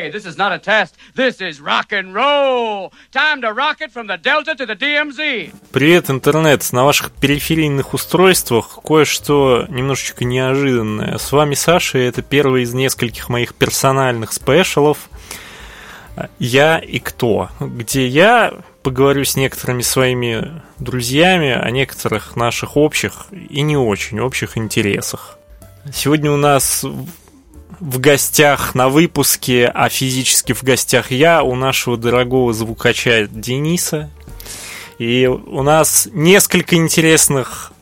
Hey, this is not a test. This is rock and roll. Time to rock it from the Delta to the DMZ. Привет, интернет! На ваших периферийных устройствах кое-что немножечко неожиданное. С вами Саша, и это первый из нескольких моих персональных спешалов «Я и кто?», где я поговорю с некоторыми своими друзьями о некоторых наших общих и не очень общих интересах. Сегодня у нас в гостях на выпуске, а физически в гостях я, у нашего дорогого звукача Дениса. И у нас несколько интересных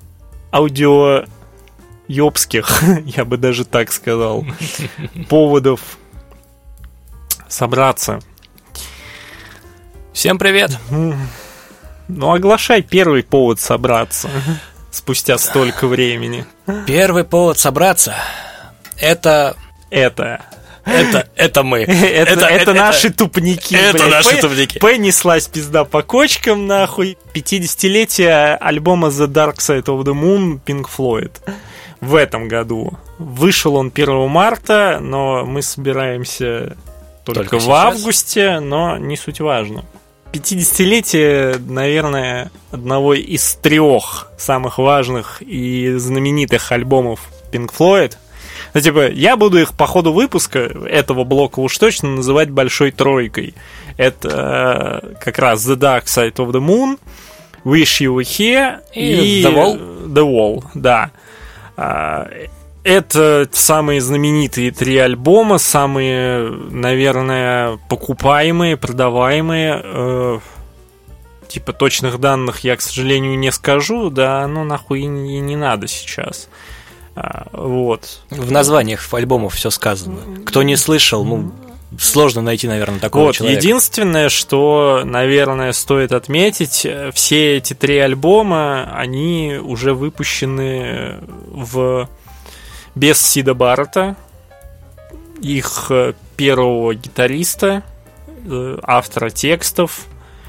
аудиоёбских, я бы даже так сказал, поводов собраться. Всем привет! Ну, оглашай первый повод собраться спустя столько времени. Первый повод собраться — это мы. Это наши тупники. Это наши тупники. Понеслась пизда по кочкам, нахуй. 50-летие альбома The Dark Side of the Moon Pink Floyd в этом году. Вышел он 1 марта, но мы собираемся только в августе, но не суть важно. 50-летие, наверное, одного из 3 самых важных и знаменитых альбомов Pink Floyd. Ну, типа, я буду их по ходу выпуска этого блока уж точно называть большой тройкой. Это как раз The Dark Side of the Moon, Wish You Were Here и The Wall, да. Это самые знаменитые 3 альбома, самые, наверное, покупаемые, продаваемые. Типа точных данных я, к сожалению, не скажу, да, ну нахуй и не надо сейчас. Вот. В названиях альбомов все сказано. Кто не слышал, ну, сложно найти, наверное, такого человека. Единственное, что, наверное, стоит отметить, все эти 3 альбома, они уже выпущены без Сида Баррета, их первого гитариста, автора текстов.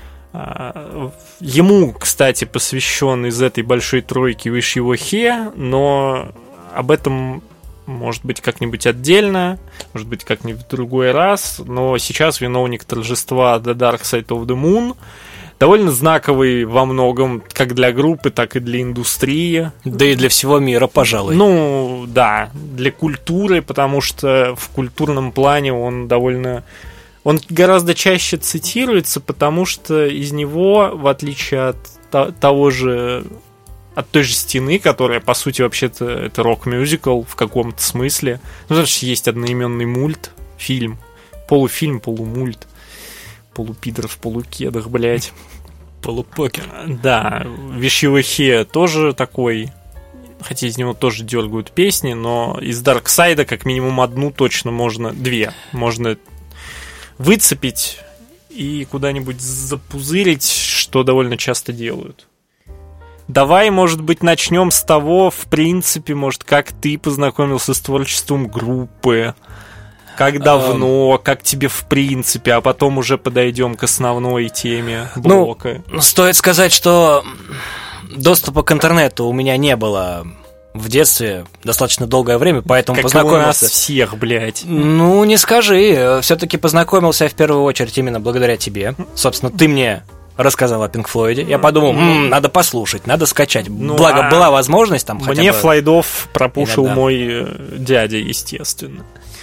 Ему, кстати, посвящен из этой большой тройки Wish You Were Here, но об этом, может быть, как-нибудь отдельно, может быть, как-нибудь в другой раз. Но сейчас виновник торжества The Dark Side of the Moon, довольно знаковый во многом, как для группы, так и для индустрии. Да и для всего мира, пожалуй. Ну, да, для культуры, потому что в культурном плане он гораздо чаще цитируется, потому что из него, в отличие от той же «Стены», которая, по сути, вообще-то это рок-мюзикл в каком-то смысле. Ну, потому что есть одноименный фильм, полумульт, полупидор в полукедах, блять. Полупокер. Да, Wish You Were Here тоже такой, хотя из него тоже дергают песни, но из Dark Side как минимум 1 точно можно, 2 можно выцепить и куда-нибудь запузырить, что довольно часто делают. Давай, может быть, начнем с того, в принципе, может, как ты познакомился с творчеством группы, как давно, как тебе в принципе, а потом уже подойдем к основной теме блока. Ну, стоит сказать, что доступа к интернету у меня не было в детстве достаточно долгое время, поэтому как познакомился... у нас всех, блядь. Ну, не скажи. Все-таки познакомился я в первую очередь именно благодаря тебе. Собственно, ты мне рассказал о Pink Floyd. Я подумал, надо послушать, надо скачать. Благо, была возможность там хотя бы... Мне Флойдов пропушил мой дядя, естественно.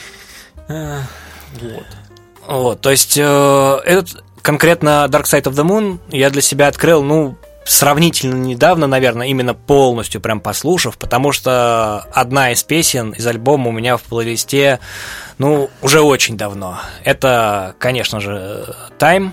Вот, то есть, этот конкретно Dark Side of the Moon я для себя открыл, сравнительно недавно, наверное, именно полностью прям послушав, потому что одна из песен из альбома у меня в плейлисте, уже очень давно. Это, конечно же, Time.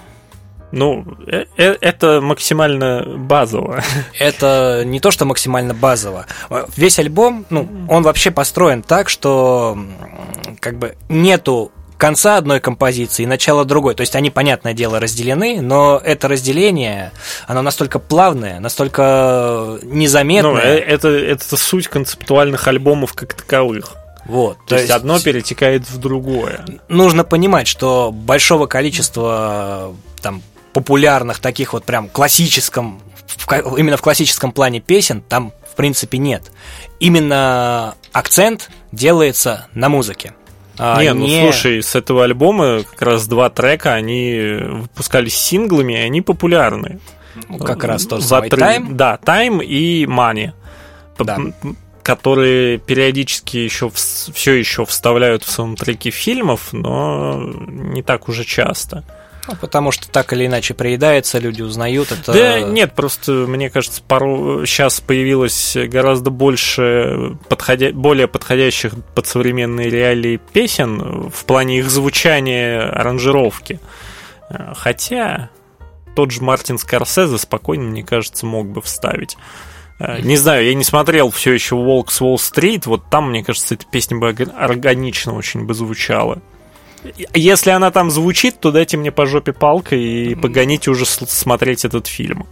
Это максимально базово. Это не то, что максимально базово. Весь альбом, он вообще построен так, что как бы нету конца одной композиции и начала другой. То есть они, понятное дело, разделены, но это разделение, оно настолько плавное, настолько незаметное. Это суть концептуальных альбомов как таковых. Вот, то есть одно перетекает в другое. Нужно понимать, что большого количества там популярных таких вот прям именно в классическом плане песен там в принципе нет. Именно акцент делается на музыке. Слушай, с этого альбома как раз 2 трека, они выпускались синглами, и они популярны. Как раз тот самый Time? Да, Time и Money. Да. Которые периодически все еще вставляют в саундтреки фильмов, но не так уже часто. Потому что так или иначе приедается, люди узнают это. Да нет, просто мне кажется, сейчас появилось гораздо больше более подходящих под современные реалии песен в плане их звучания, аранжировки. Хотя тот же Мартин Скорсезе спокойно, мне кажется, мог бы вставить. Не знаю, я не смотрел все еще «Волк с Уолл-стрит», вот там, мне кажется, эта песня бы органично очень бы звучала. Если она там звучит, то дайте мне по жопе палкой и погоните уже смотреть этот фильм.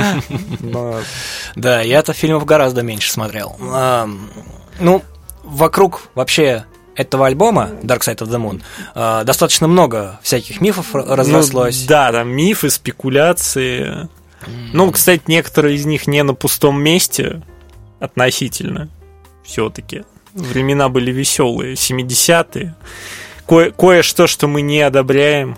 Да, я-то фильмов гораздо меньше смотрел. Ну, вокруг вообще этого альбома Dark Side of the Moon достаточно много всяких мифов разрослось. Да, там мифы, спекуляции. Ну, кстати, некоторые из них не на пустом месте относительно. Все-таки времена были веселые, 70-е. Кое-что, что мы не одобряем.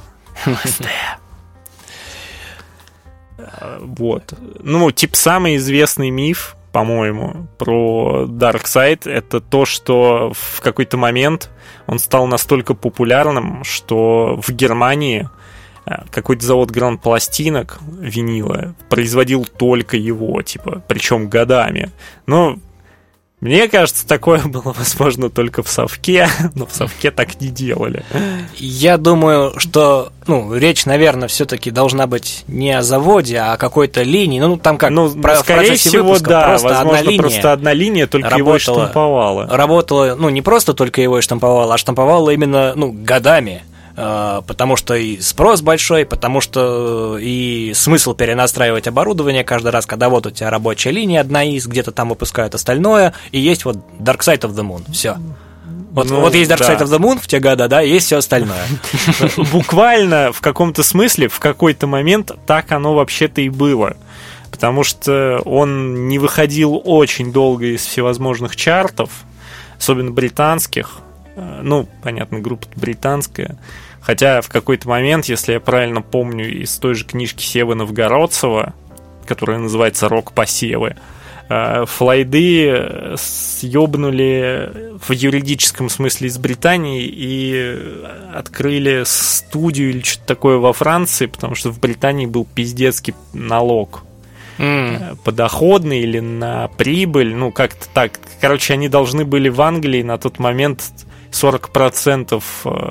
Вот. Ну, самый известный миф, по-моему, про Dark Side — это то, что в какой-то момент он стал настолько популярным, что в Германии какой-то завод гранд-пластинок винила производил только его, причем годами. Но мне кажется, такое было возможно только в Совке, но в Совке так не делали. Я думаю, что речь, наверное, все-таки должна быть не о заводе, а о какой-то линии. Ну, там как скорее всего, выпуска, да, возможно, просто одна линия только его и штамповала. Работала, не просто только его и штамповала, а штамповала именно, годами. Потому что и спрос большой, потому что и смысл перенастраивать оборудование каждый раз, когда вот у тебя рабочая линия одна из, где-то там выпускают остальное, и есть вот Dark Side of the Moon, все. Вот есть Dark Side of the Moon в те годы, да, и есть все остальное. Буквально в каком-то смысле, в какой-то момент так оно вообще-то и было. Потому что он не выходил очень долго из всевозможных чартов, особенно британских. Ну, понятно, группа британская. Хотя в какой-то момент, если я правильно помню, из той же книжки Севы Новгородцева, которая называется «Рок-посевы», флайды съебнули в юридическом смысле из Британии и открыли студию или что-то такое во Франции, потому что в Британии был пиздецкий налог. Подоходный или на прибыль, как-то так. Короче, они должны были в Англии на тот момент 40%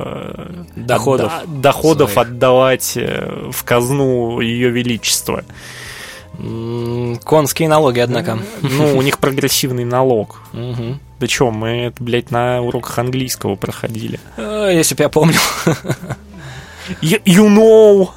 доходов отдавать в казну Ее Величества. Конские налоги, однако. У них прогрессивный налог. Да чё, мы это, блядь, на уроках английского проходили. Если б я помнил. You know.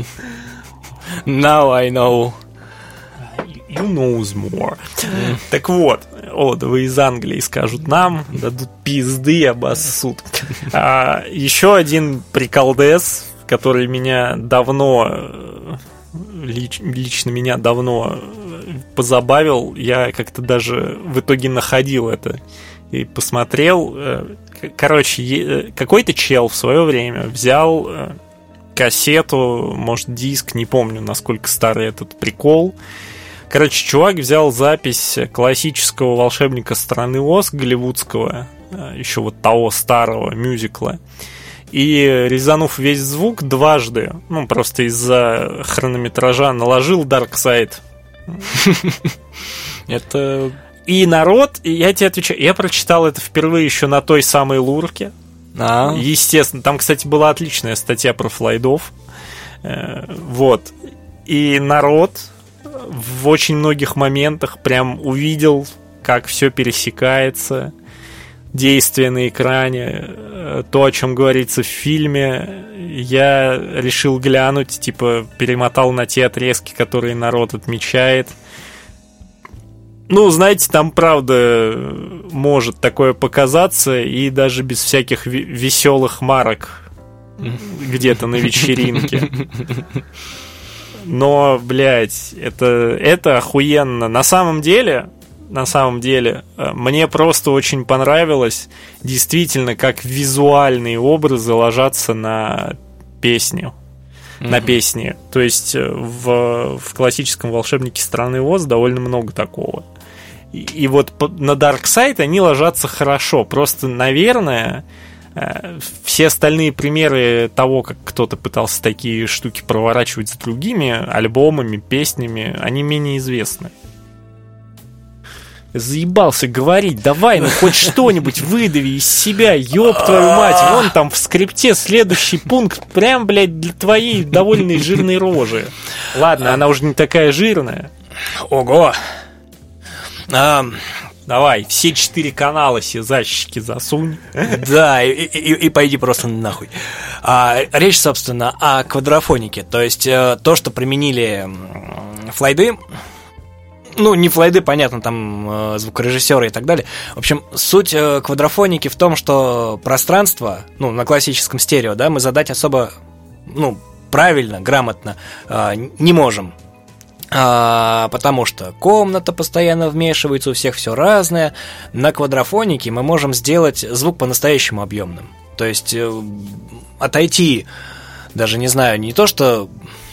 Now I know. You knows more. Так вот, вы из Англии скажут нам, дадут пизды, обоссут. Еще один приколдес, который меня давно, лично меня давно позабавил. Я как-то даже в итоге находил это и посмотрел. Короче, какой-то чел в свое время взял кассету, может, диск, не помню, насколько старый этот прикол. Короче, чувак взял запись классического волшебника страны Оз, голливудского, еще вот того старого мюзикла, и, резанув весь звук дважды, просто из-за хронометража, наложил Dark Side. Это... И народ, я тебе отвечаю, я прочитал это впервые еще на той самой Лурке. Естественно, там, кстати, была отличная статья про флайдов. Вот. И народ в очень многих моментах прям увидел, как все пересекается, действие на экране, то, о чем говорится в фильме. Я решил глянуть, перемотал на те отрезки, которые народ отмечает. Знаете, там, правда, может такое показаться, и даже без всяких веселых марок где-то на вечеринке. Но, блядь, это охуенно. На самом деле, на самом деле. Мне просто очень понравилось, действительно, как визуальные образы ложатся на песню. На песни. То есть в классическом «Волшебнике страны Оз» довольно много такого. И вот на Dark Side они ложатся хорошо. Просто, наверное, все остальные примеры того, как кто-то пытался такие штуки проворачивать с другими альбомами, песнями, они менее известны. Заебался говорить, давай, ну хоть что-нибудь выдави из себя, ёб твою мать, вон там в скрипте следующий пункт, прям, блядь, для твоей довольной жирной рожи. Ладно, она уже не такая жирная. Ого! Давай, все 4 канала себе защики засунь. Да, и пойди просто нахуй. Речь, собственно, о квадрофонике. То есть то, что применили флайды. Ну, не флайды, понятно, там звукорежиссеры и так далее. В общем, суть квадрофоники в том, что пространство, ну, на классическом стерео, да, мы задать особо, ну, правильно, грамотно не можем. Потому что комната постоянно вмешивается, у всех все разное. На квадрофонике мы можем сделать звук по-настоящему объемным. То есть отойти, даже не знаю, не то что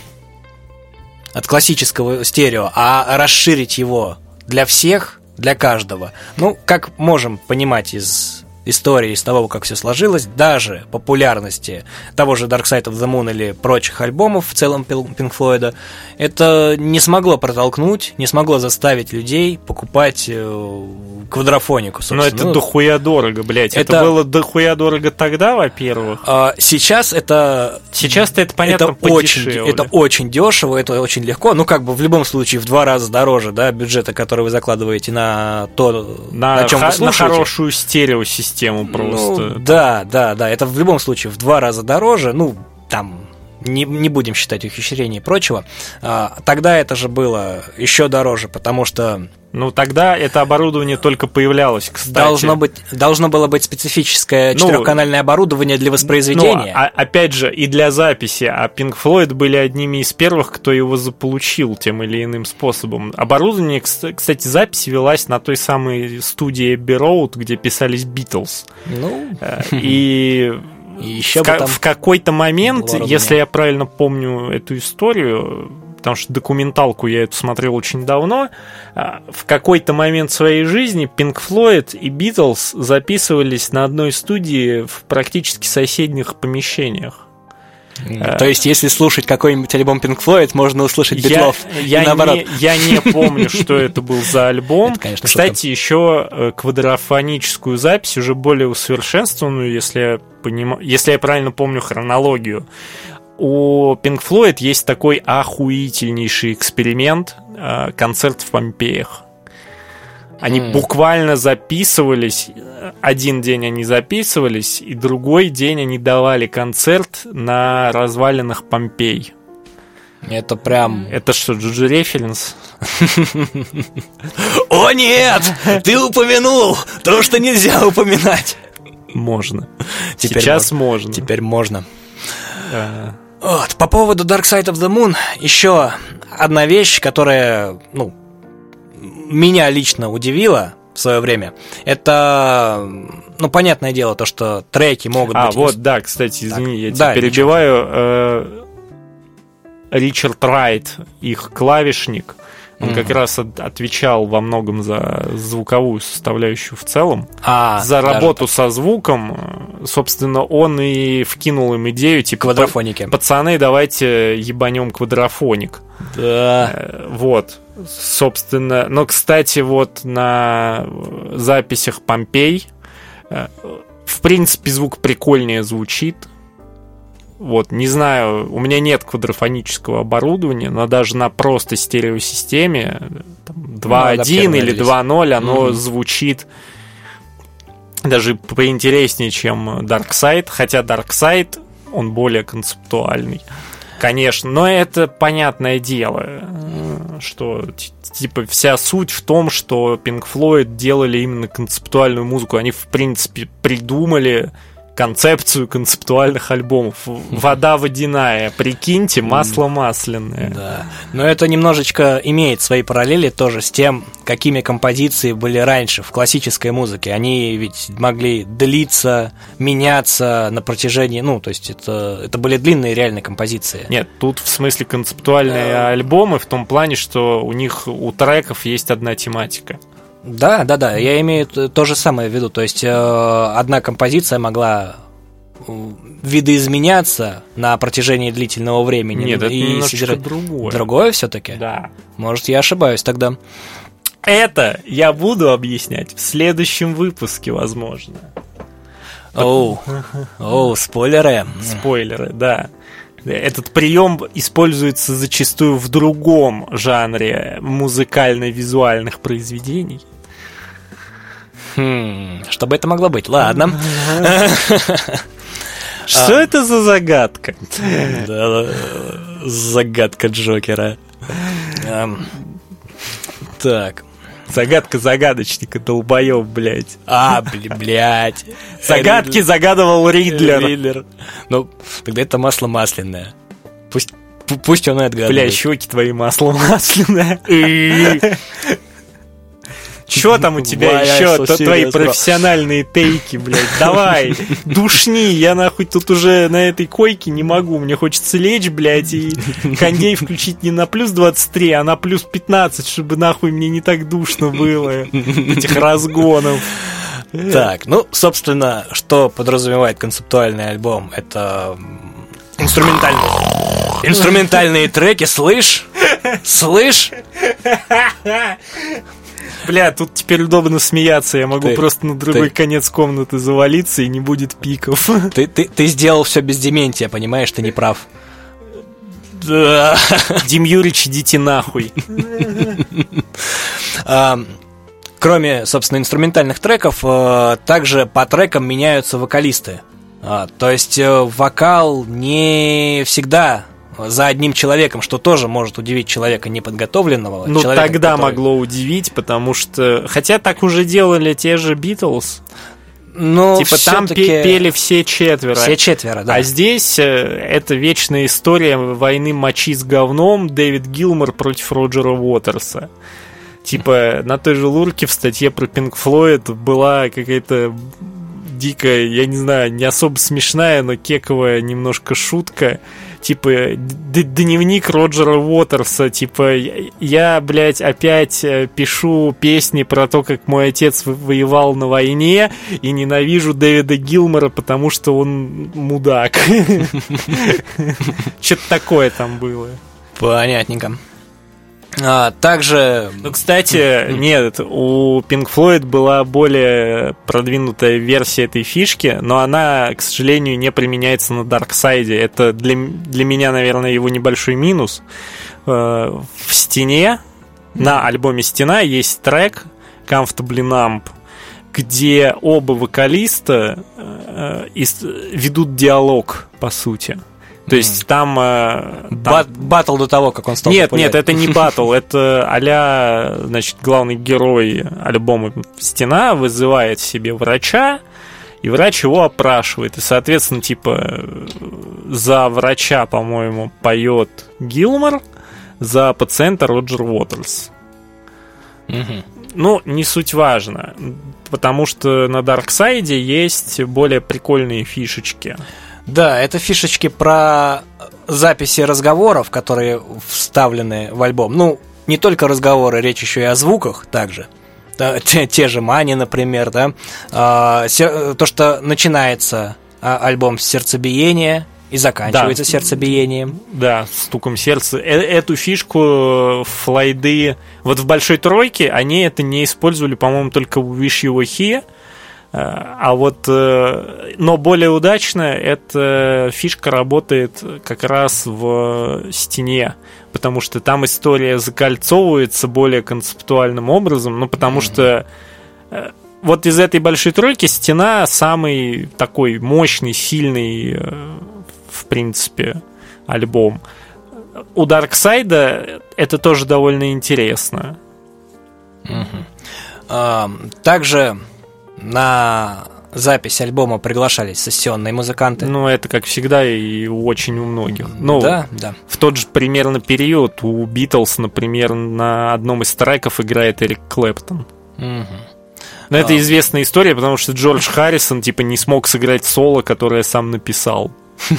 от классического стерео, а расширить его для всех, для каждого. Ну, как можем понимать из истории, из того, как все сложилось, даже популярности того же Dark Side of the Moon или прочих альбомов в целом Pink Floyd, это не смогло протолкнуть, не смогло заставить людей покупать квадрофонику, собственно. Но это дохуя дорого, блядь. Это было дохуя дорого тогда, во-первых. Сейчас это... Сейчас-то это, понятно, подешевле. Это очень дешево, это очень легко. Ну, как бы в любом случае в 2 раза дороже, да, бюджета, который вы закладываете на то, на чем вы слушаете. На хорошую стереосистему просто. Ну, да, это в любом случае в 2 раза дороже, ну, там, не будем считать ухищрения и прочего. Тогда это же было еще дороже, потому что... Ну, тогда это оборудование только появлялось, кстати. Должно было быть специфическое 4-канальное оборудование для воспроизведения. Опять же, и для записи. А Pink Floyd были одними из первых, кто его заполучил тем или иным способом. Оборудование, кстати, запись велась на той самой студии Abbey Road, где писались Beatles. Ну... И еще в какой-то момент, если я правильно помню эту историю... Потому что документалку я эту смотрел очень давно. В какой-то момент своей жизни Pink Floyd и Beatles записывались на одной студии в практически соседних помещениях. То есть, если слушать какой-нибудь альбом Pink Floyd, можно услышать Битлов. Я не помню, что это был за альбом. Это, конечно, кстати, еще квадрофоническую запись, уже более усовершенствованную, если я правильно помню хронологию. У Pink Floyd есть такой охуительнейший эксперимент, концерт в Помпеях. Они буквально записывались, один день они записывались, и другой день они давали концерт на развалинах Помпей. Это прям... Это что, Джуджи референс? О нет! Ты упомянул то, что нельзя упоминать. Можно. Сейчас можно. Теперь можно. Вот. По поводу Dark Side of the Moon еще одна вещь, которая, ну, меня лично удивила в свое время. Это, ну, понятное дело, то, что треки могут быть... вот, да, кстати, извини, я тебя перебиваю. Ричард Райт, их клавишник, он как раз отвечал во многом за звуковую составляющую в целом. За работу со звуком, собственно, он и вкинул им идею, типа, квадрофоники. Пацаны, давайте ебанем квадрофоник. Да. Вот, собственно. Но, кстати, вот на записях Помпей, в принципе, звук прикольнее звучит. Вот, не знаю, у меня нет квадрофонического оборудования, но даже на просто стереосистеме 2.1 или 2.0 оно звучит даже поинтереснее, чем Dark Side, хотя Dark Side, он более концептуальный, конечно, но это понятное дело, что типа вся суть в том, что Pink Floyd делали именно концептуальную музыку, они в принципе придумали концепцию концептуальных альбомов. Вода водяная, прикиньте, масло масляное. Да. Но это немножечко имеет свои параллели тоже с тем, какими композиции были раньше в классической музыке. Они ведь могли длиться, меняться на протяжении... Ну, то есть это были длинные реальные композиции. Нет, тут в смысле концептуальные альбомы в том плане, что у треков есть одна тематика. Да, я имею то же самое в виду. То есть одна композиция могла видоизменяться на протяжении длительного времени. Нет, это немножечко другое. Другое все-таки? Да. Может, я ошибаюсь тогда. Это я буду объяснять в следующем выпуске, возможно. Спойлеры. Спойлеры, да. Этот прием используется зачастую в другом жанре музыкально-визуальных произведений. Что бы это могло быть? Ладно. Что это за загадка? Загадка Джокера. Так. Загадка загадочника, долбоёб, блядь. Блядь. Загадки загадывал Ридлер. Ну, тогда это масло масляное. Пусть он и отгадывает. Бля, щеки твои масло масляное. Чё там у тебя еще? Твои профессиональные тейки, блядь. Давай, душни. Я нахуй тут уже на этой койке не могу. Мне хочется лечь, блядь, и кондей включить не на плюс 23, а на плюс 15, чтобы нахуй мне не так душно было. Этих разгонов. Так, ну, собственно, что подразумевает концептуальный альбом? Это инструментальные треки, слышь? Бля, тут теперь удобно смеяться. Я могу просто на другой конец комнаты завалиться, и не будет пиков. Ты сделал все без дементия, понимаешь, ты не прав. Дим Юрич, идите нахуй. Кроме, собственно, инструментальных треков, также по трекам меняются вокалисты. То есть вокал не всегда за одним человеком, что тоже может удивить человека неподготовленного. Ну, тогда могло удивить, потому что... Хотя так уже делали те же Битлз. Но типа там пели все четверо. Все четверо, да. А здесь это вечная история войны мочи с говном Дэвид Гилмор против Роджера Уотерса. Типа на той же Лурке в статье про Pink Floyd была какая-то дикая, я не знаю, не особо смешная, но кековая немножко шутка. Типа, дневник Роджера Уотерса. Типа, я, блядь, опять пишу песни про то, как мой отец воевал на войне, и ненавижу Дэвида Гилмора, потому что он мудак. Что-то такое там было. Понятненько. Также... Ну, кстати, нет, у Pink Floyd была более продвинутая версия этой фишки, но она, к сожалению, не применяется на Dark Side. Это для меня, наверное, его небольшой минус. В «Стене», на альбоме «Стена» есть трек «Comfortably Numb», где оба вокалиста ведут диалог, по сути. То есть там... Баттл до того, как он стал популярным. Нет, это не баттл, это а-ля, значит, главный герой альбома «Стена» вызывает себе врача, и врач его опрашивает. И, соответственно, типа, за врача, по-моему, поет Гилмор, за пациента Роджер Уотерс. Ну, не суть важно, потому что на Dark Side есть более прикольные фишечки. Да, это фишечки про записи разговоров, которые вставлены в альбом. Ну, не только разговоры, речь еще и о звуках также. Те же Мани, например, да. То, что начинается альбом с сердцебиения и заканчивается сердцебиением. Да, стуком сердца. Эту фишку Флойды... Вот в «Большой тройке» они это не использовали, по-моему, только в «Wish You Were Here». А вот, но более удачно эта фишка работает как раз в «Стене», потому что там история закольцовывается более концептуальным образом, ну, потому что вот из этой «Большой тройки» «Стена» самый такой мощный, сильный, в принципе, альбом. У Дарксайда это тоже довольно интересно. Также на запись альбома приглашались сессионные музыканты. Ну, это, как всегда, и очень у многих. Ну, да. В тот же примерно период у Битлз, например, на одном из треков играет Эрик Клэптон. Но это известная история, потому что Джордж Харрисон, типа, не смог сыграть соло, которое сам написал.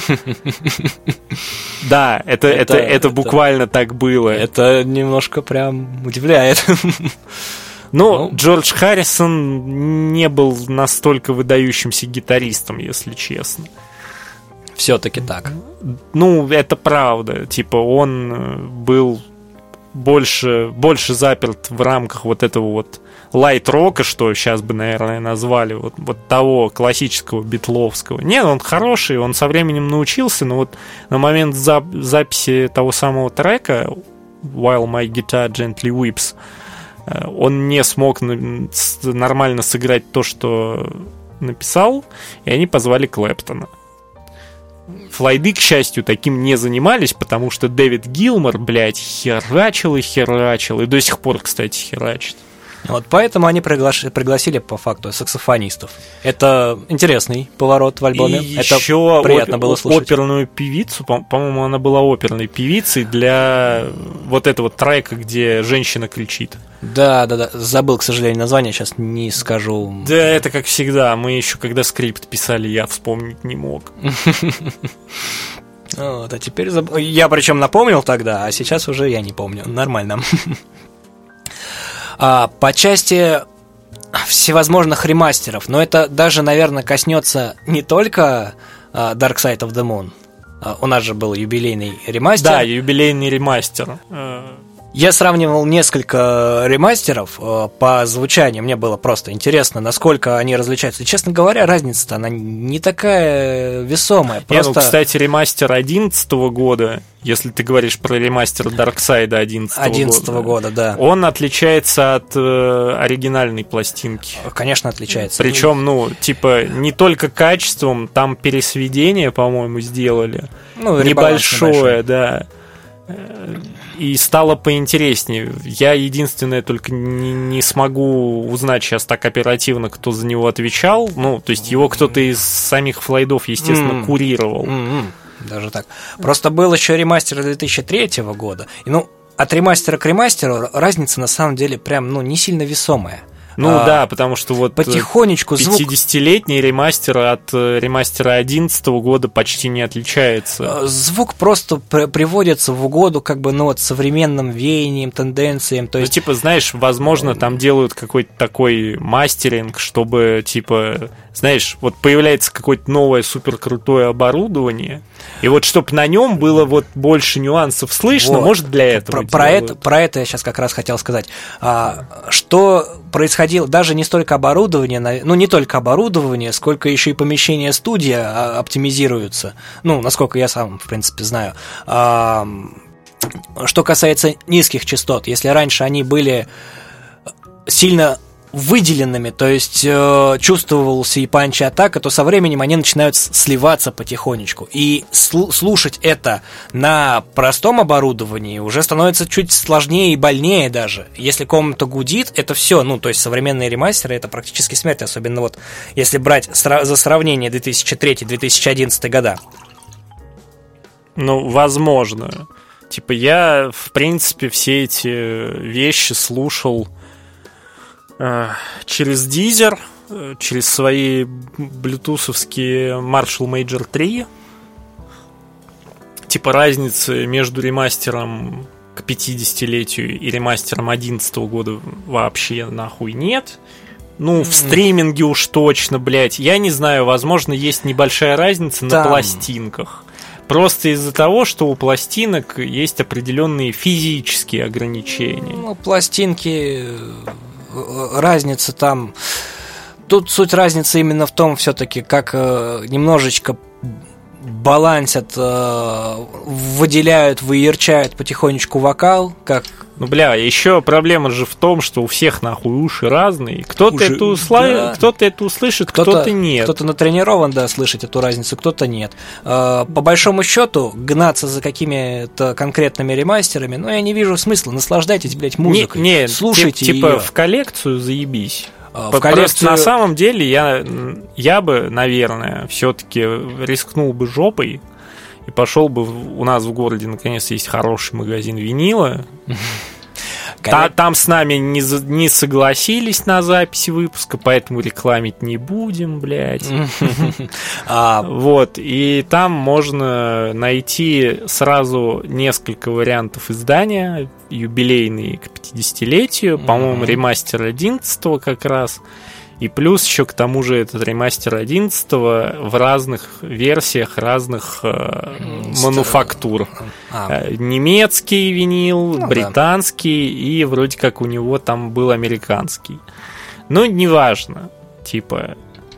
Да, это буквально так было. Это немножко прям удивляет. Но Джордж Харрисон не был настолько выдающимся гитаристом, если честно. Все-таки так. Ну, это правда. Типа, он был больше заперт в рамках вот этого вот лайт-рока, что сейчас бы, наверное, назвали, вот того классического битловского. Нет, он хороший, он со временем научился, но вот на момент записи того самого трека While My Guitar Gently Weeps он не смог нормально сыграть то, что написал, и они позвали Клэптона. Флойды, к счастью, таким не занимались, потому что Дэвид Гилмор, блядь, херачил, и до сих пор, кстати, херачит. Вот поэтому они пригласили по факту саксофонистов. Это интересный поворот в альбоме. И это еще приятно было слушать. Оперную певицу, по-моему, она была оперной певицей для вот этого трека, где женщина кричит. Да. Забыл, к сожалению, название, сейчас не скажу. Да, это как всегда. Мы еще когда скрипт писали, я вспомнить не мог. Вот, а теперь я причем напомнил тогда, а сейчас уже я не помню. Нормально. По части всевозможных ремастеров, но это даже, наверное, коснется не только Dark Side of the Moon. У нас же был юбилейный ремастер. Да, юбилейный ремастер. Я сравнивал несколько ремастеров по звучанию. Мне было просто интересно, насколько они различаются. И, честно говоря, разница-то она не такая весомая. Просто... кстати, ремастер 2011 года, если ты говоришь про ремастер Дарксайда 2011 года, да. Он отличается от оригинальной пластинки. Конечно, отличается. Причем, не только качеством, там пересведение, по-моему, сделали. Небольшое, да. И стало поинтереснее. Я единственное только не смогу узнать сейчас так оперативно, кто за него отвечал. То есть его кто-то из самих Флойдов, естественно, курировал. Даже так. Просто был еще ремастер 2003 года. И от ремастера к ремастеру разница на самом деле прям не сильно весомая. Да, потому что вот потихонечку 50-летний ремастер от ремастера 2011 года почти не отличается. Звук просто приводится в угоду современным веяниям, тенденциям. То есть... знаешь, возможно, там делают какой-то такой мастеринг, чтобы, вот появляется какое-то новое суперкрутое оборудование, и вот чтобы на нем было больше нюансов слышно, может, для этого про это я сейчас как раз хотел сказать. Что происходило, даже не столько оборудование, не только оборудование, сколько еще и помещения студии оптимизируются. Насколько я сам, в принципе, знаю. Что касается низких частот, если раньше они были сильно выделенными, то есть чувствовался и панч, и атака, то со временем они начинают сливаться потихонечку. И слушать это на простом оборудовании уже становится чуть сложнее и больнее даже. Если комната гудит, это все, то есть современные ремастеры, это практически смерть, особенно если брать за сравнение 2003-2011 года. Возможно. Я, в принципе, все эти вещи слушал через Deezer, через свои блютусовские Marshall Major 3. Разницы между ремастером к 50-летию и ремастером 2011 года вообще нахуй нет. В стриминге уж точно, блять. Я не знаю, возможно, есть небольшая разница на пластинках. Просто из-за того, что у пластинок есть определенные физические ограничения. Пластинки... Разница там... Тут суть разницы именно в том, все-таки, как немножечко балансят, выделяют, выярчают потихонечку вокал, как... еще проблема же в том, что у всех нахуй уши разные. Кто-то это услышит, кто-то нет. Кто-то натренирован, слышать эту разницу, кто-то нет. По большому счету, гнаться за какими-то конкретными ремастерами, я не вижу смысла. Наслаждайтесь, блядь, музыкой. Нет, слушайте ее. В коллекцию заебись. В коллекцию... На самом деле я бы, наверное, все-таки рискнул бы жопой и пошел бы у нас в городе, наконец, есть хороший магазин винила. Там с нами не согласились на запись выпуска, поэтому рекламить не будем, блядь. Вот, и там можно найти сразу несколько вариантов издания, юбилейные к 50-летию, по-моему, ремастер 11-го как раз. И плюс еще к тому же этот ремастер 11-го в разных версиях разных мануфактур. Немецкий винил, британский, и вроде как у него там был американский. Ну, неважно. Типа...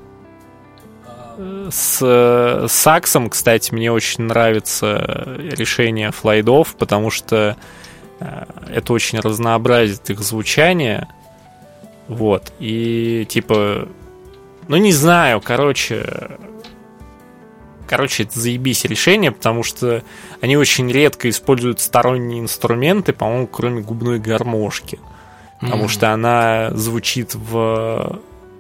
С саксом, кстати, мне очень нравится решение флайдов, потому что это очень разнообразит их звучание. Вот, и типа, ну не знаю, короче, это заебись решение, потому что они очень редко используют сторонние инструменты, по-моему, кроме губной гармошки, потому что она звучит в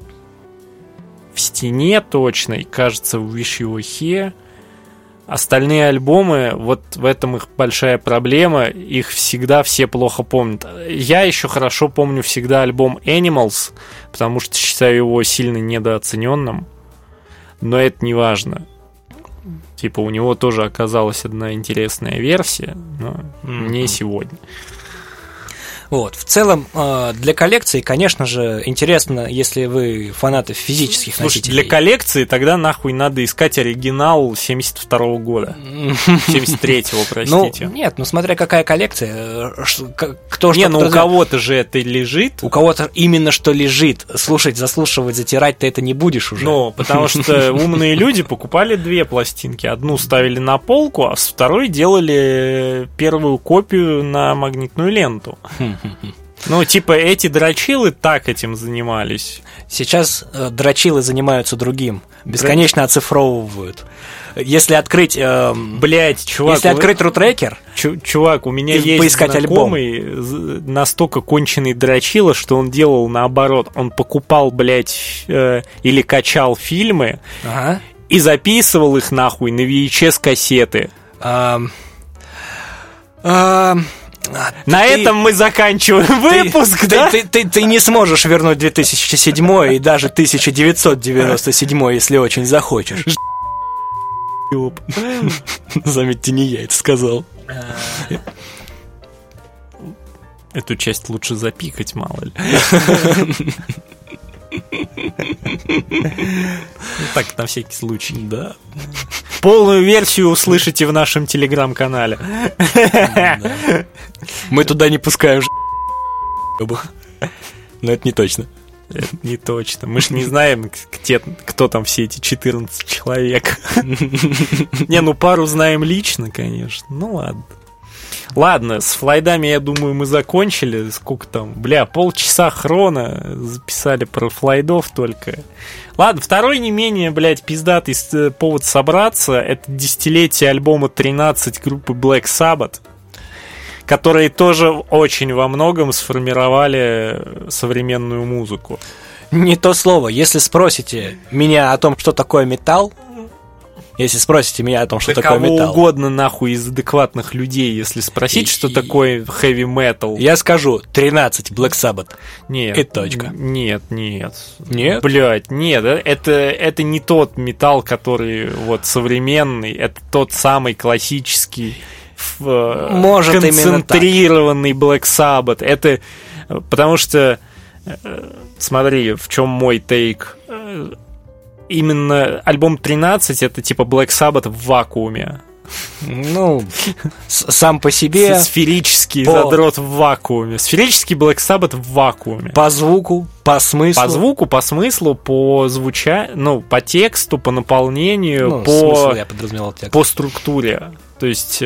стене точно, и кажется в Wish You Were Here. Остальные альбомы, вот в этом их большая проблема, их всегда все плохо помнят. Я еще хорошо помню всегда альбом Animals, потому что считаю его сильно недооцененным, но это не важно. Типа у него тоже оказалась одна интересная версия, но не сегодня. Вот. В целом, для коллекции, конечно же, интересно, если вы фанаты физических носителей. Для коллекции тогда нахуй надо искать оригинал 72-го года. 73-го, простите. Ну, нет, смотря какая коллекция. Кто не, у кого-то же это лежит. У кого-то именно что лежит. Слушать, заслушивать, затирать ты это не будешь уже. Ну, потому что умные люди покупали две пластинки. Одну ставили на полку, а с второй делали первую копию на магнитную ленту. Ну, типа, эти дрочилы так этим занимались. Сейчас дрочилы занимаются другим. Бесконечно оцифровывают. Если открыть... Блять, чувак... Если открыть рутрекер... Чувак, у меня есть знакомый настолько конченый дрочила, что он делал наоборот. Он покупал, блять, или качал фильмы и записывал их нахуй на VHS-кассеты. На этом мы заканчиваем выпуск, да? Ты не сможешь вернуть 2007 и даже 1997, если очень захочешь. Заметьте, не я это сказал. Эту часть лучше запикать, мало ли. Так, на всякий случай. Да. Полную версию услышите в нашем телеграм-канале. Мы туда не пускаем. Но это не точно. Это не точно. Мы ж не знаем, кто там все эти 14 человек. Не, ну пару знаем лично, конечно. Ну ладно. Ладно, с флайдами, я думаю, мы закончили. Сколько там? Полчаса хрона записали про флайдов только. Ладно, второй не менее, пиздатый повод собраться. Это десятилетие альбома 13 группы Black Sabbath, которые тоже очень во многом сформировали современную музыку. Не то слово. Если спросите меня о том, что такое металл, такое металл, кого угодно нахуй из адекватных людей, если спросить, что такое heavy metal, я скажу 13 Black Sabbath. Нет. И точка. Нет. Нет? Блять, нет. Это не тот металл, который вот современный. Это тот самый классический, может, концентрированный Black Sabbath. Это потому что, смотри, в чем мой тейк. Именно альбом 13 это типа Black Sabbath в вакууме. Ну, сам по себе. Сферический задрот в вакууме. Сферический Black Sabbath в вакууме. По звуку, по смыслу. По звуку, по смыслу, по звучанию, по тексту, по наполнению, смысл я подразумевал текст. По структуре. То есть,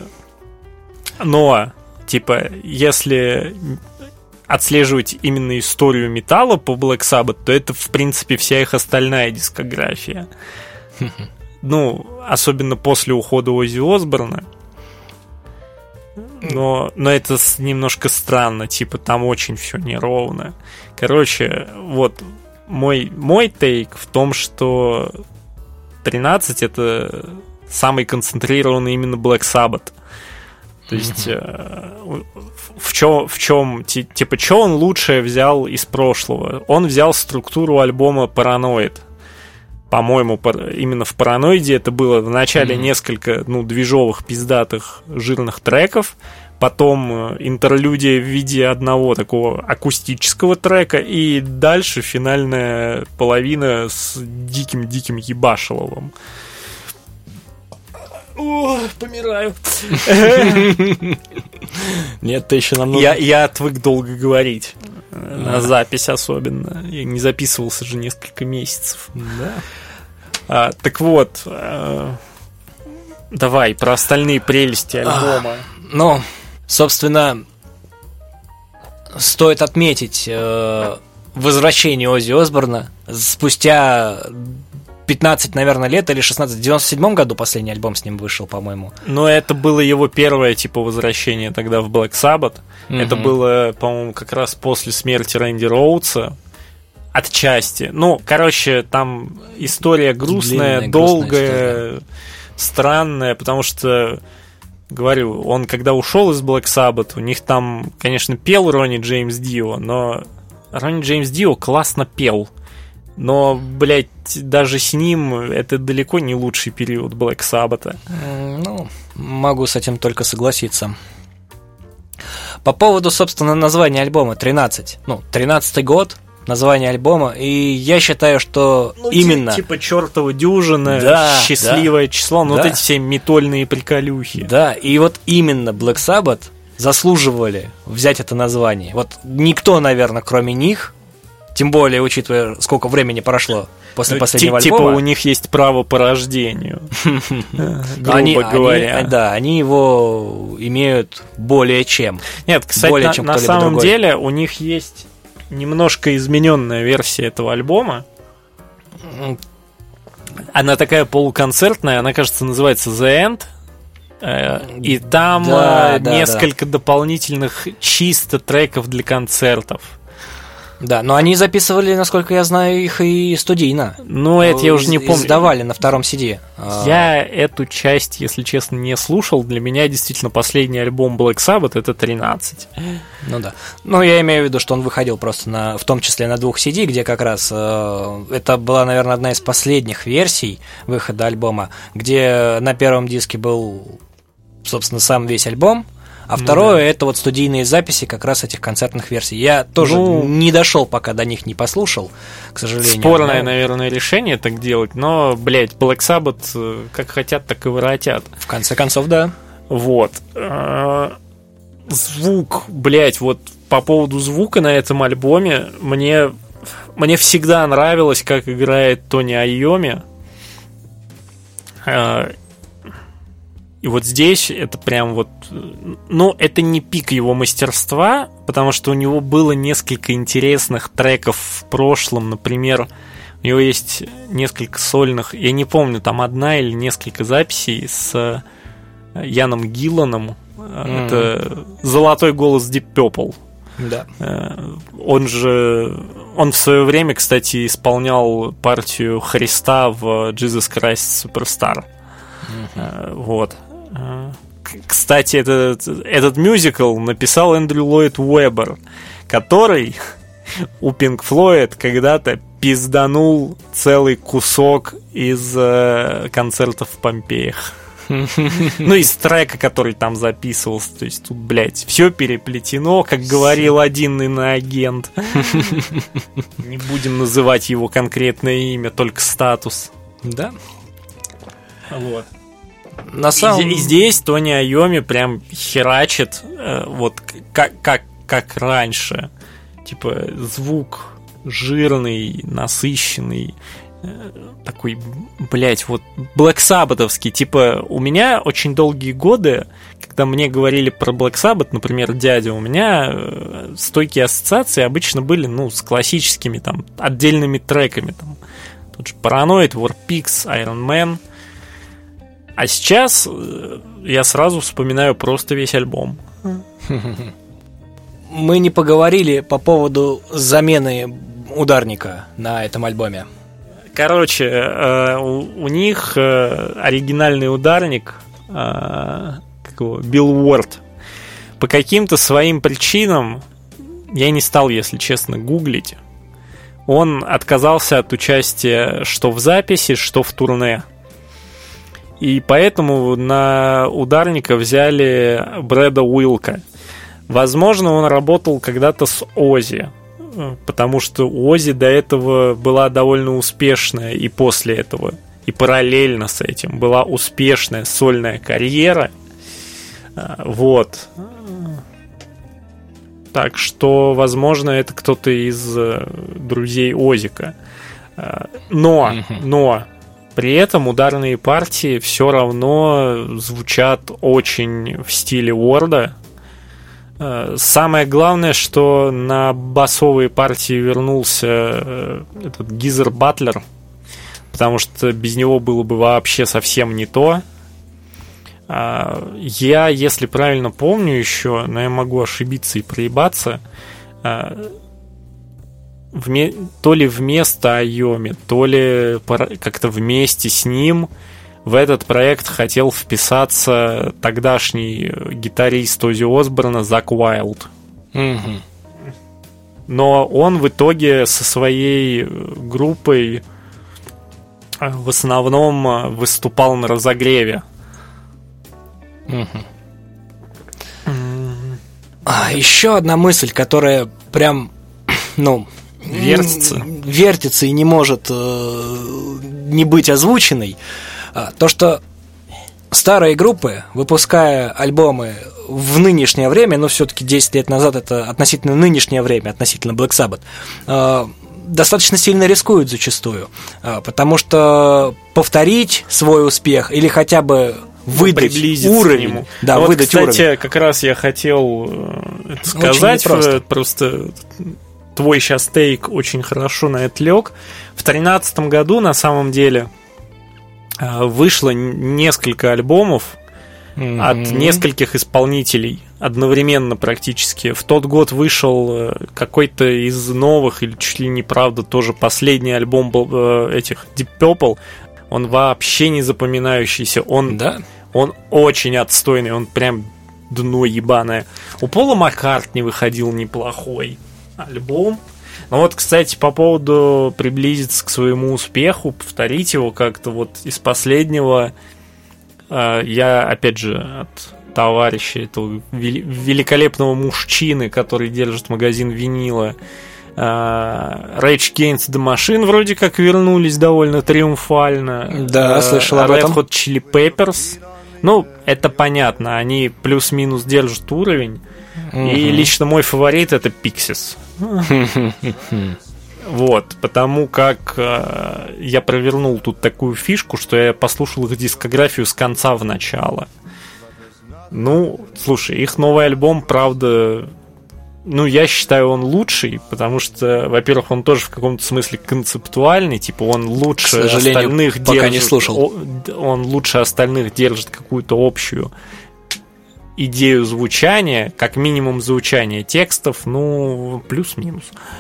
но, типа, если отслеживать именно историю металла по Black Sabbath, то это, в принципе, вся их остальная дискография. Ну, особенно после ухода Оззи Осборна. но это немножко странно, типа там очень все неровно. Короче, вот мой тейк в том, что 13 это самый концентрированный именно Black Sabbath. То есть в чем типа, что он лучшее взял из прошлого? Он взял структуру альбома Paranoid. По-моему, именно в Параноиде это было в начале несколько движовых, пиздатых, жирных треков, потом интерлюдия в виде одного такого акустического трека, и дальше финальная половина с диким-диким ебашиловым. О, помираю. Нет, ты еще намного... Я отвык долго говорить. На запись особенно. Я не записывался же несколько месяцев. Да. Так вот, давай про остальные прелести альбома. Ну, собственно, стоит отметить возвращение Оззи Осборна спустя 15, наверное, лет или 16. В 97 году последний альбом с ним вышел, по-моему. Но это было его первое, типа, возвращение тогда в Black Sabbath. Это было, по-моему, как раз после смерти Рэнди Роудса. Отчасти. Ну, короче, там история грустная, длинная, долгая, странная, потому что, говорю, он когда ушел из Black Sabbath, у них там, конечно, пел Ронни Джеймс Дио, но Ронни Джеймс Дио классно пел. Но, блядь, даже с ним это далеко не лучший период Black Sabbath. Ну, могу с этим только согласиться. По поводу, собственно, названия альбома 13. Ну, 13-й год, название альбома, и я считаю, что именно... Типа чертова дюжина, счастливое число, да. Вот эти все метольные приколюхи. Да, и вот именно Black Sabbath заслуживали взять это название. Вот никто, наверное, кроме них, тем более, учитывая, сколько времени прошло после последнего альбома. Типа у них есть право по рождению, грубо говоря. Да, они его имеют более чем. Нет, кстати, на самом деле у них есть немножко измененная версия этого альбома. Она такая полуконцертная, она, кажется, называется The End. И там несколько дополнительных чисто треков для концертов. Да, но они записывали, насколько я знаю, их и студийно. Ну, это я уже не помню. Издавали на втором CD. Я эту часть, если честно, не слушал. Для меня действительно последний альбом Black Sabbath — это 13. Ну да. Ну, я имею в виду, что он выходил просто в том числе на 2 CD, где как раз это была, наверное, одна из последних версий выхода альбома, где на первом диске был, собственно, сам весь альбом. А второе, это вот студийные записи как раз этих концертных версий. Я тоже не дошел, пока до них не послушал, к сожалению. Спорное, наверное, решение так делать, но, блядь, Black Sabbath как хотят, так и воротят. В конце концов, да. Вот. Звук, блядь, вот по поводу звука на этом альбоме мне всегда нравилось, как играет Тони Айоми. И вот здесь это прям вот... Ну, это не пик его мастерства, потому что у него было несколько интересных треков в прошлом. Например, у него есть несколько сольных... Я не помню, там одна или несколько записей с Яном Гилланом. Это «Золотой голос Deep Purple». Да. Он в свое время, кстати, исполнял партию Христа в Jesus Christ Superstar. Вот. Кстати, этот мюзикл написал Эндрю Ллойд Уэббер, который у Pink Floyd когда-то пизданул целый кусок из концертов в Помпеях. Ну, из трека, который там записывался. То есть тут, блядь, все переплетено, как говорил один иноагент. Не будем называть его конкретное имя, только статус. Да. Вот. И здесь Тони Айоми прям херачит вот как раньше. Типа звук жирный, насыщенный, такой, блять, вот Black Sabbath'овский. Типа у меня очень долгие годы, когда мне говорили про Black Sabbath, например, дядя, у меня стойкие ассоциации обычно были, с классическими там отдельными треками. Там, тот же Paranoid, War Pigs, Iron Man. А сейчас я сразу вспоминаю просто весь альбом. Мы не поговорили по поводу замены ударника на этом альбоме. Короче, у них оригинальный ударник Билл Уорд. По каким-то своим причинам, я не стал, если честно, гуглить, он отказался от участия что в записи, что в турне. И поэтому на ударника взяли Брэда Уилка. Возможно, он работал когда-то с Оззи, потому что у Оззи до этого была довольно успешная, и после этого, и параллельно с этим была успешная сольная карьера. Вот. Так что, возможно, это кто-то из друзей Оззика. Но при этом ударные партии все равно звучат очень в стиле Уорда. Самое главное, что на басовые партии вернулся этот Гизер Батлер, потому что без него было бы вообще совсем не то. Я, если правильно помню еще, но я могу ошибиться и проебаться, то ли вместо Айоми, то ли как-то вместе с ним в этот проект хотел вписаться тогдашний гитарист Оззи Осборна Зак Уайлд. Mm-hmm. Но он в итоге со своей группой в основном выступал на разогреве. Mm-hmm. Еще одна мысль, которая прям, вертится и не может не быть озвученной. То, что старые группы, выпуская альбомы в нынешнее время, но все-таки 10 лет назад это относительно нынешнее время, относительно Black Sabbath, достаточно сильно рискуют зачастую, потому что повторить свой успех или хотя бы выдать уровень. Да, вот, выдать кстати, уровень. Как раз я хотел сказать, просто твой сейчас тейк очень хорошо на это лег. В 2013 году, на самом деле, вышло несколько альбомов от нескольких исполнителей одновременно практически. В тот год вышел какой-то из новых, или чуть ли не правда, тоже последний альбом этих Deep Purple. Он вообще не запоминающийся. Он очень отстойный, он прям дно ебаное. У Пола Маккартни выходил неплохой альбом. Ну вот, кстати, по поводу приблизиться к своему успеху, повторить его как-то вот из последнего, я, опять же, от товарища, этого великолепного мужчины, который держит магазин винила, Rage Against the Machine вроде как вернулись довольно триумфально. Да, слышал об этом. Red Hot Chili Peppers. Ну, это понятно, они плюс-минус держат уровень. И лично мой фаворит — это Pixies. Вот, потому как я провернул тут такую фишку, что я послушал их дискографию с конца в начало. Ну, слушай, их новый альбом, правда, я считаю, он лучший, потому что, во-первых, он тоже в каком-то смысле концептуальный, типа он лучше остальных пока не слушал. Он лучше остальных держит какую-то общую идею звучания, как минимум звучания текстов, плюс-минус.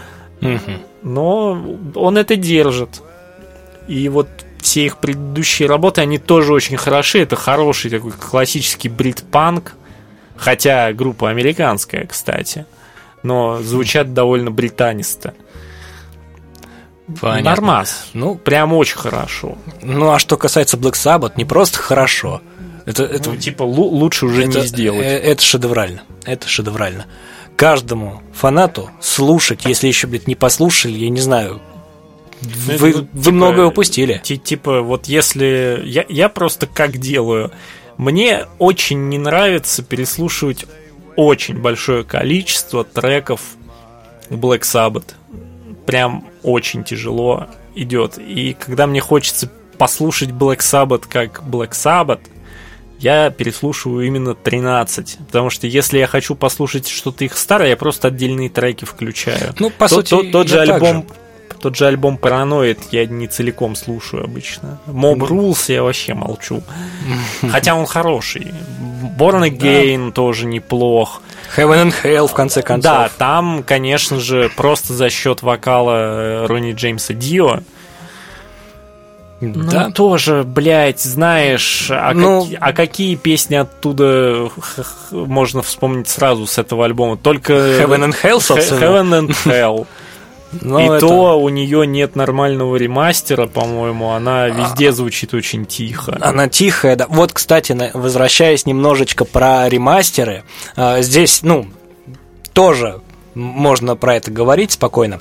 Но он это держит. И вот все их предыдущие работы, они тоже очень хороши. Это хороший такой классический брит-панк, хотя группа американская, кстати, но звучат довольно британисто. Понятно. Нормас. Прям очень хорошо. А что касается Black Sabbath, не просто хорошо. Это лучше уже не сделать. Это шедеврально. Это шедеврально. Каждому фанату слушать, если еще, не послушали, я не знаю, вы многое упустили. Вот если... Я просто как делаю. Мне очень не нравится переслушивать очень большое количество треков Black Sabbath. Прям очень тяжело идет. И когда мне хочется послушать Black Sabbath как Black Sabbath, я переслушиваю именно 13. Потому что если я хочу послушать что-то их старое, я просто отдельные треки включаю. По сути, тот же альбом Тот же альбом Paranoid я не целиком слушаю обычно. Mob Rules я вообще молчу. Хотя он хороший. Born Again тоже неплох. Heaven and Hell, в конце концов. Да, там, конечно же, просто за счет вокала Ронни Джеймса Дио. Да. Ну, тоже, блядь, знаешь, какие песни оттуда можно вспомнить сразу с этого альбома? Только Heaven and Hell, собственно. Heaven and Hell. И то у нее нет нормального ремастера, по-моему, она везде звучит очень тихо. Она тихая, да. Вот, кстати, возвращаясь немножечко про ремастеры, здесь, тоже можно про это говорить спокойно.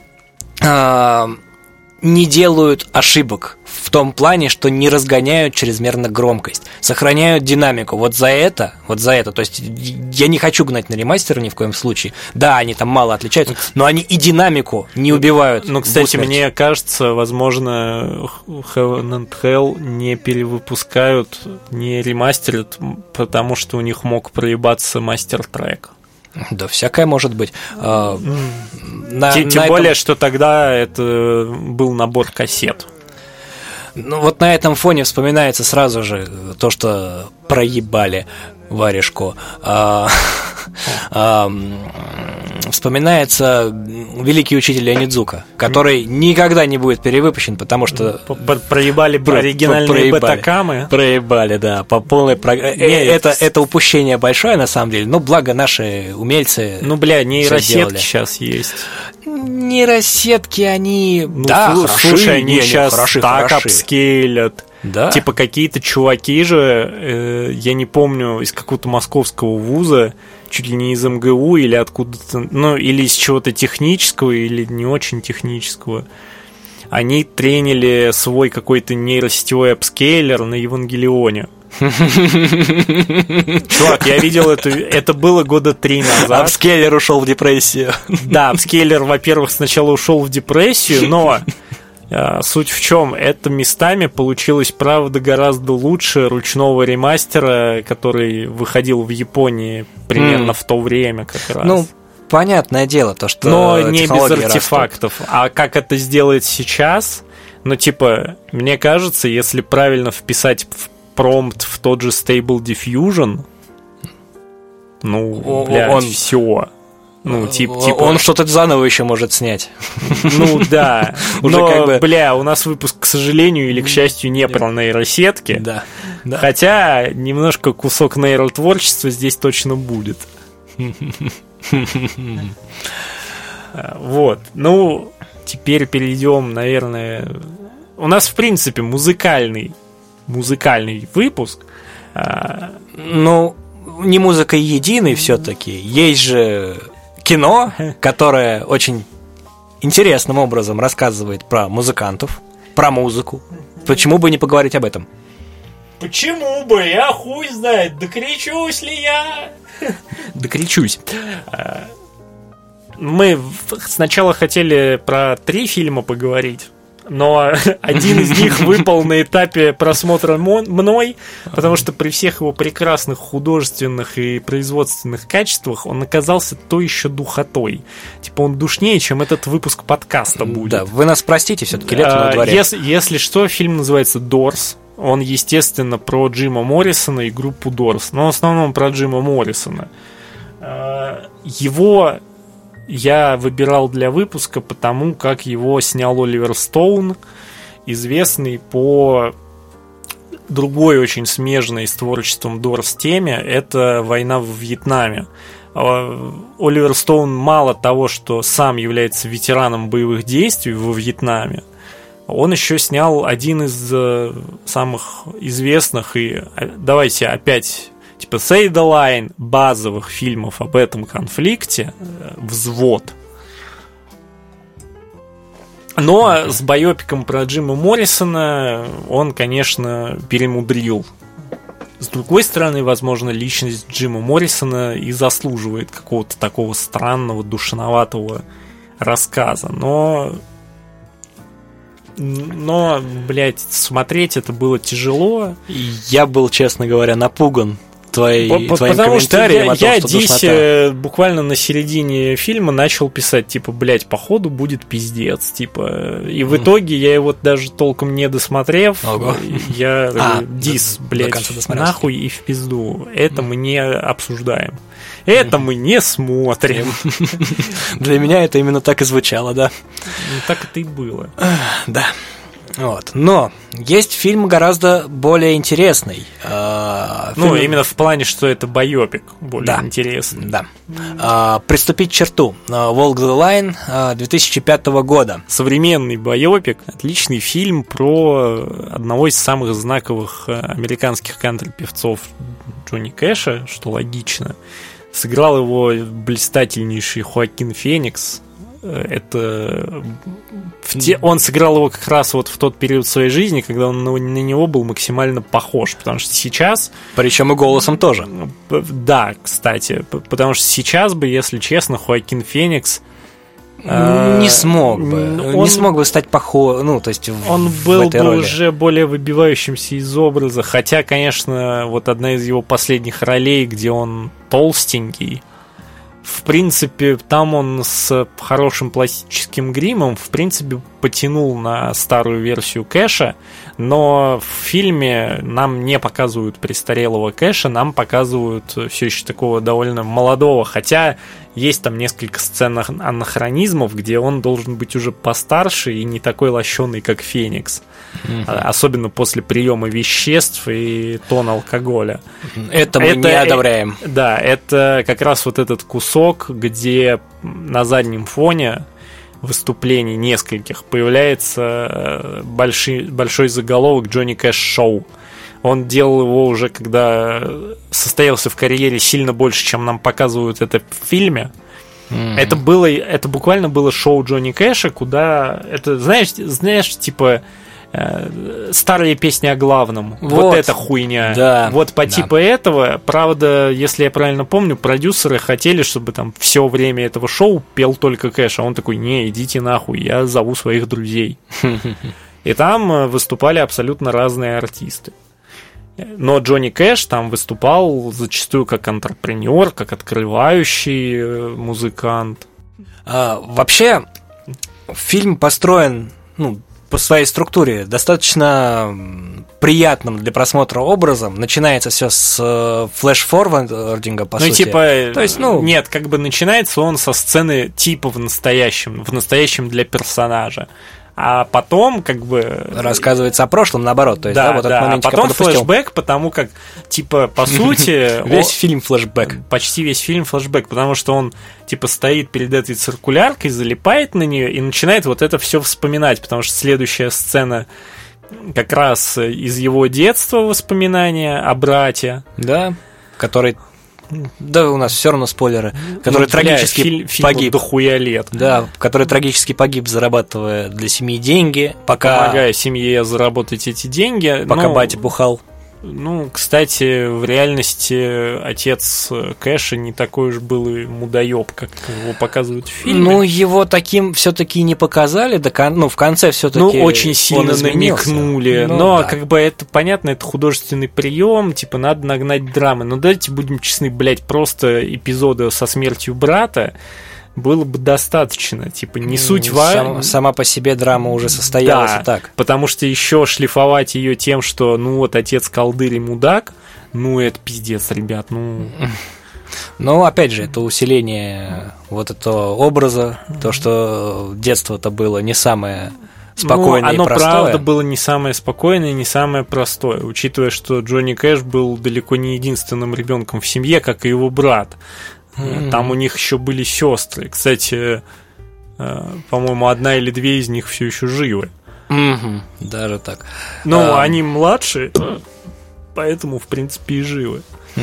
Не делают ошибок в том плане, что не разгоняют чрезмерно громкость, сохраняют динамику. Вот за это, то есть я не хочу гнать на ремастеры ни в коем случае. Да, они там мало отличаются, но они и динамику не убивают. Ну, кстати, мне кажется, возможно, Heaven and Hell не перевыпускают, не ремастерят, потому что у них мог проебаться мастер-трек. Да, всякое может быть. Тем более, что тогда это был набор кассет. Ну, вот на этом фоне вспоминается сразу же то, что проебали варежку. Вспоминается великий учитель Онидзука, который никогда не будет перевыпущен, потому что... Проебали оригинальные бетакамы. Проебали, да, по полной программе. Это упущение большое, на самом деле, но благо наши умельцы... нейросетки сейчас есть. Нейросетки, они... Слушай, они сейчас так апскейлят. Да? Типа какие-то чуваки же, я не помню, из какого-то московского вуза, чуть ли не из МГУ или откуда-то, или из чего-то технического, или не очень технического, они тренили свой какой-то нейросетевой апскейлер на Евангелионе. Чувак, я видел это было года 3 назад. Апскейлер ушел в депрессию. Да, апскейлер, во-первых, сначала ушел в депрессию, но суть в чем? Это местами получилось, правда, гораздо лучше ручного ремастера, который выходил в Японии примерно в то время как раз. Понятное дело, то, что но не без артефактов. Растут. А как это сделать сейчас? Мне кажется, если правильно вписать в промпт в тот же Stable Diffusion, все. Он что-то заново еще может снять. Да. Но, у нас выпуск, к сожалению или к счастью, не про нейросетки. Да. Хотя немножко кусок нейротворчества здесь точно будет. Вот. Теперь перейдем, наверное... У нас, в принципе, музыкальный выпуск. Не музыкой единой все-таки. Есть же кино, которое очень интересным образом рассказывает про музыкантов, про музыку. Почему бы не поговорить об этом? Почему бы? Я хуй знает. Докричусь ли я? Докричусь. Мы сначала хотели про 3 фильма поговорить, но один из них выпал на этапе просмотра мной, потому что при всех его прекрасных художественных и производственных качествах он оказался то еще духотой. Он душнее, чем этот выпуск подкаста будет. Да, вы нас простите, все-таки лето на дворе. Если что, фильм называется Doors. Он, естественно, про Джима Моррисона и группу Doors, но в основном про Джима Моррисона. Его я выбирал для выпуска потому, как его снял Оливер Стоун, известный по другой очень смежной с творчеством Doors теме. Это война в Вьетнаме. Оливер Стоун мало того, что сам является ветераном боевых действий во Вьетнаме, он еще снял один из самых известных и, давайте опять, Say the Line, базовых фильмов об этом конфликте, «Взвод». Но с байопиком про Джима Моррисона он, конечно, перемудрил. С другой стороны, возможно, личность Джима Моррисона и заслуживает какого-то такого странного, душноватого рассказа. Но, блядь, смотреть это было тяжело. Я был, честно говоря, напуган твоим потому комментариям что о том, что здесь душнота. буквально на середине фильма начал писать, типа, блять, походу будет пиздец, типа, и в итоге я его даже толком не досмотрев, я дис, блять, нахуй и в пизду. Это мы не обсуждаем. Это мы не смотрим. Для меня это именно так и звучало, да. Так это и было. Да. Вот. Но есть фильм гораздо более интересный. Именно в плане, что это байопик более интересный. Да. «Приступить черту». «Walk the Line» 2005 года. Современный байопик. Отличный фильм про одного из самых знаковых американских кантри-певцов Джонни Кэша, что логично. Сыграл его блистательнейший Хоакин Феникс. Он сыграл его как раз вот в тот период своей жизни, когда он на него был максимально похож, потому что сейчас... Причем и голосом тоже. Да, кстати, потому что сейчас бы, если честно, Хоакин Феникс не смог бы стать похожим, то есть он был бы уже более выбивающимся из образа, хотя, конечно, вот одна из его последних ролей, где он толстенький, в принципе, там он с хорошим пластическим гримом, в принципе, потянул на старую версию Кэша, но в фильме нам не показывают престарелого Кэша, нам показывают все еще такого довольно молодого, хотя есть там несколько сцен анахронизмов, где он должен быть уже постарше и не такой лощеный, как Феникс. Особенно после приема веществ и тона алкоголя. Это мы не одобряем. Да, это как раз вот этот кусок, где на заднем фоне выступлений нескольких появляется большой заголовок «Джонни Кэш Шоу». Он делал его уже, когда состоялся в карьере сильно больше, чем нам показывают это в фильме. Это буквально было шоу Джонни Кэша, куда... Это, знаешь, типа... старые песни о главном. Вот эта хуйня. Да, вот по типу этого. Правда, если я правильно помню, продюсеры хотели, чтобы там все время этого шоу пел только Кэш. А он такой: не, идите нахуй, я зову своих друзей. И там выступали абсолютно разные артисты. Но Джонни Кэш там выступал зачастую как антрепренер, как открывающий музыкант. Вообще, фильм построен, по своей структуре достаточно приятным для просмотра образом. Начинается все с флэш-форвардинга, по сути. То есть, нет, как бы начинается он со сцены типа в настоящем для персонажа. А потом, как бы... Рассказывается о прошлом, наоборот. То есть, да, а потом флешбэк, потому как, типа, по сути... Весь фильм флешбэк. Почти весь фильм флешбэк, потому что он, типа, стоит перед этой циркуляркой, залипает на нее и начинает вот это все вспоминать, потому что следующая сцена как раз из его детства воспоминания о брате. Да, который... Да, у нас все равно спойлеры. Который трагически погиб. Дохуя лет. Да, который трагически погиб, зарабатывая для семьи деньги, помогая семье заработать эти деньги. Пока батя бухал. Кстати, в реальности отец Кэша не такой уж был и мудоеб, как его показывают в фильме. Его таким все-таки не показали, в конце все-таки очень сильно намекнули. Как бы это понятно, это художественный прием, типа надо нагнать драмы. Но давайте будем честны, блять, просто эпизода со смертью брата было бы достаточно, типа не суть важно. Сама по себе драма уже состоялась, и так. Потому что еще шлифовать ее тем, что отец колдырь и мудак, это пиздец, ребят, опять же, это усиление вот этого образа, то, что детство-то было не самое спокойное и простое. Оно, правда, было не самое спокойное, не самое простое, учитывая, что Джонни Кэш был далеко не единственным ребенком в семье, как и его брат. Там у них еще были сестры. Кстати, по-моему, одна или две из них все еще живы. Даже так. Но они младшие, поэтому, в принципе, и живы.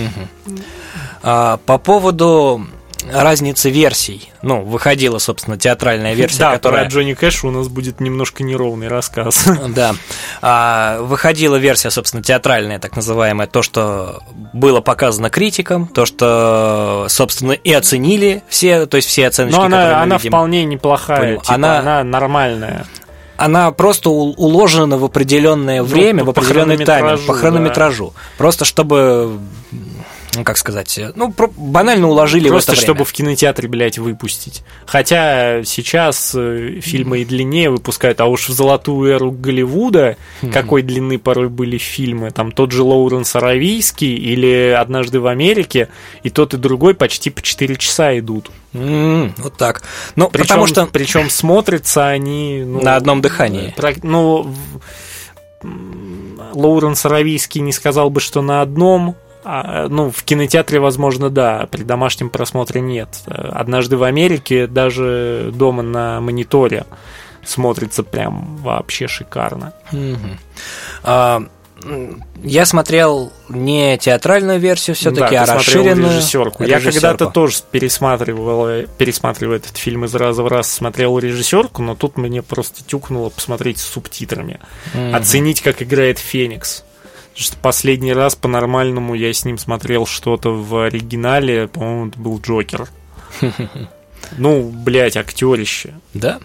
По поводу разницы версий. Выходила, собственно, театральная версия, которая... про Джонни Кэша у нас будет немножко неровный рассказ. Да. Выходила версия, собственно, театральная, так называемая, то, что было показано критикам, то, что, собственно, и оценили все, то есть все оценочки, которые мы она видим. Вполне неплохая, она нормальная. Она просто уложена в определенное время, в определенный тайминг, по хронометражу. Да. Просто чтобы как сказать, банально уложили просто в это время. чтобы в кинотеатре, блядь, выпустить. Хотя сейчас фильмы и длиннее выпускают, а уж в золотую эру Голливуда какой длины порой были фильмы. Там тот же Лоуренс Аравийский или «Однажды в Америке», и тот, и другой почти по 4 часа идут. Вот так. Ну, потому что... Причем смотрятся они... на одном дыхании. Лоуренс Аравийский не сказал бы, что на одном... в кинотеатре, возможно, да, при домашнем просмотре нет. «Однажды в Америке» даже дома на мониторе смотрится прям вообще шикарно. Я смотрел не театральную версию все-таки, а расширенную. Режиссерку. Я когда-то тоже пересматривал этот фильм из раза в раз, смотрел режиссерку, но тут мне просто тюкнуло посмотреть с субтитрами. Оценить, как играет Феникс. Потому что последний раз по-нормальному я с ним смотрел что-то в оригинале, по-моему, это был Джокер. Блядь, актерище. Да.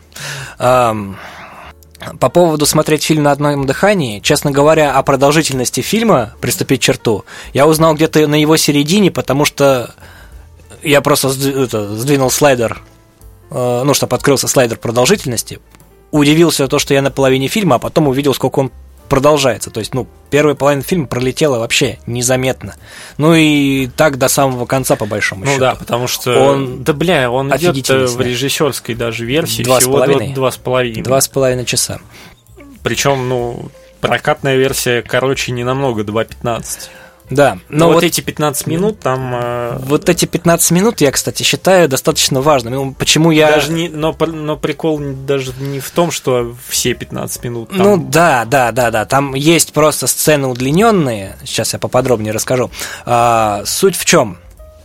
По поводу смотреть фильм на одном дыхании, честно говоря, о продолжительности фильма «Приступить к черту» я узнал где-то на его середине, потому что я просто сдвинул слайдер, чтобы открылся слайдер продолжительности, удивился то, что я на половине фильма, а потом увидел, сколько он продолжается. То есть, первая половина фильма пролетела вообще незаметно. И так до самого конца, по большому счету. Да, потому что он идет в режиссерской даже версии всего 2,5. 2,5 часа. Причем, прокатная версия короче не намного, 2,15. Да, но вот эти 15 минут там... Вот эти 15 минут я, кстати, считаю достаточно важным. Почему я... Даже но прикол даже не в том, что все 15 минут. Там... Да. Там есть просто сцены удлиненные. Сейчас я поподробнее расскажу. Суть в чем?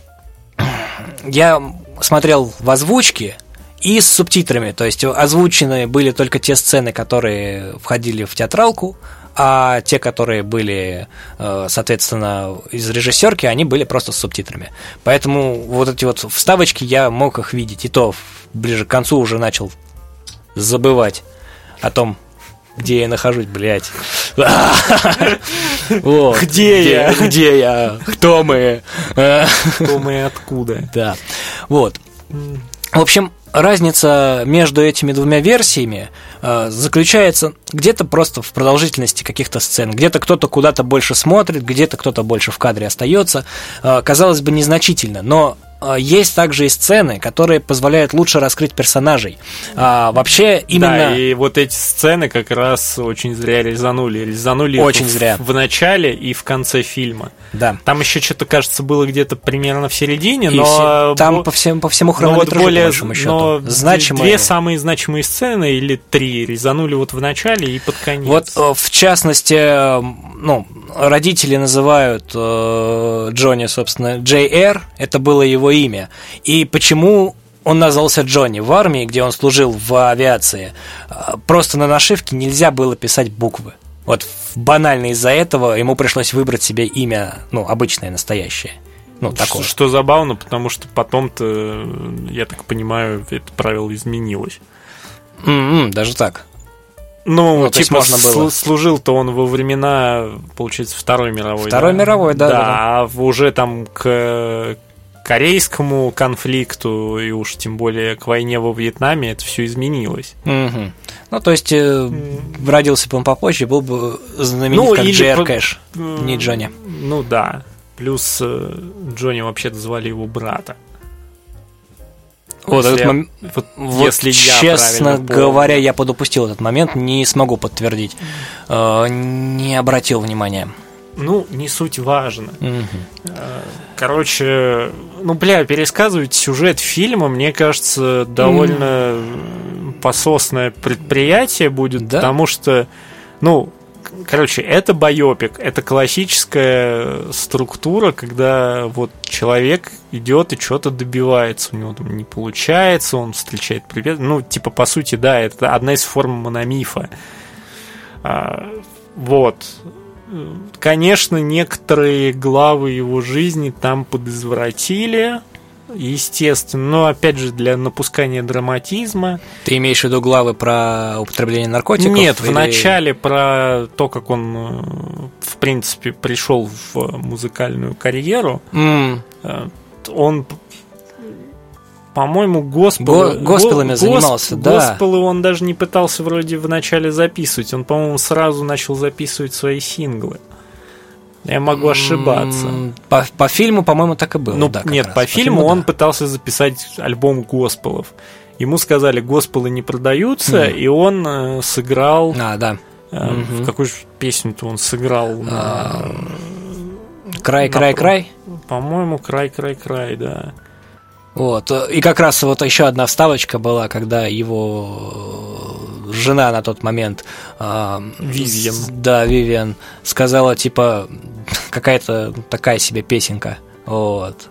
Я смотрел в озвучке и с субтитрами. То есть озвучены были только те сцены, которые входили в театралку, а те, которые были, соответственно, из режиссерки, они были просто с субтитрами. Поэтому вот эти вот вставочки я мог их видеть. И то ближе к концу уже начал забывать о том, где я нахожусь, блядь. Где я? Кто мы? Кто мы и откуда? Да. Вот. В общем, разница между этими двумя версиями заключается где-то просто в продолжительности каких-то сцен. Где-то кто-то куда-то больше смотрит, где-то кто-то больше в кадре остается. Казалось бы, незначительно, но есть также и сцены, которые позволяют лучше раскрыть персонажей. Вообще, именно... Да, и вот эти сцены как раз очень зря резанули очень зря. В начале и в конце фильма. Да. Там еще что-то, кажется, было где-то примерно в середине, но... Там по всему хронометражу, по большому счету. Значимые... Две самые значимые сцены, или три, резанули вот в начале и под конец. Вот, в частности, родители называют Джонни, собственно, J.R., это было его имя. И почему он назвался Джонни? В армии, где он служил в авиации, просто на нашивке нельзя было писать буквы. Вот банально из-за этого ему пришлось выбрать себе имя, обычное, настоящее. Такое. Что забавно, потому что потом-то, я так понимаю, это правило изменилось. Даже так. Можно было. Служил-то он во времена, получается, Второй мировой. Второй мировой, да. А уже там к корейскому конфликту и уж тем более к войне во Вьетнаме это все изменилось. То есть родился бы он попозже, был бы знаменит как J.R. Кэш, не Джонни. Да. Плюс Джонни вообще-то звали его брата. Если честно говоря, я подупустил этот момент, не смогу подтвердить. Не обратил внимания. Не суть важно. Короче, пересказывать сюжет фильма, мне кажется, довольно пососное предприятие будет, да? Потому что, это байопик, это классическая структура, когда вот человек идет и что-то добивается, у него там не получается, он встречает препятствия. По сути, да, это одна из форм мономифа. Конечно, некоторые главы его жизни там подизвратили, естественно, но опять же для напускания драматизма. Ты имеешь в виду главы про употребление наркотиков? Нет, или... в начале про то, как он, в принципе, пришел в музыкальную карьеру. Он, по-моему, госпелами занимался, да. Госпелы он даже не пытался вроде в начале записывать. Он, по-моему, сразу начал записывать свои синглы. Я могу ошибаться. По фильму, по-моему, так и было. Ну, да, нет, по фильму он пытался записать альбом госпелов. Ему сказали, госпелы не продаются, и он сыграл... В какую же песню-то он сыграл? «Край». По-моему, «Край», да. Вот. И как раз вот еще одна вставочка была, когда его жена на тот момент Вивиан сказала, типа, какая-то такая себе песенка. Вот.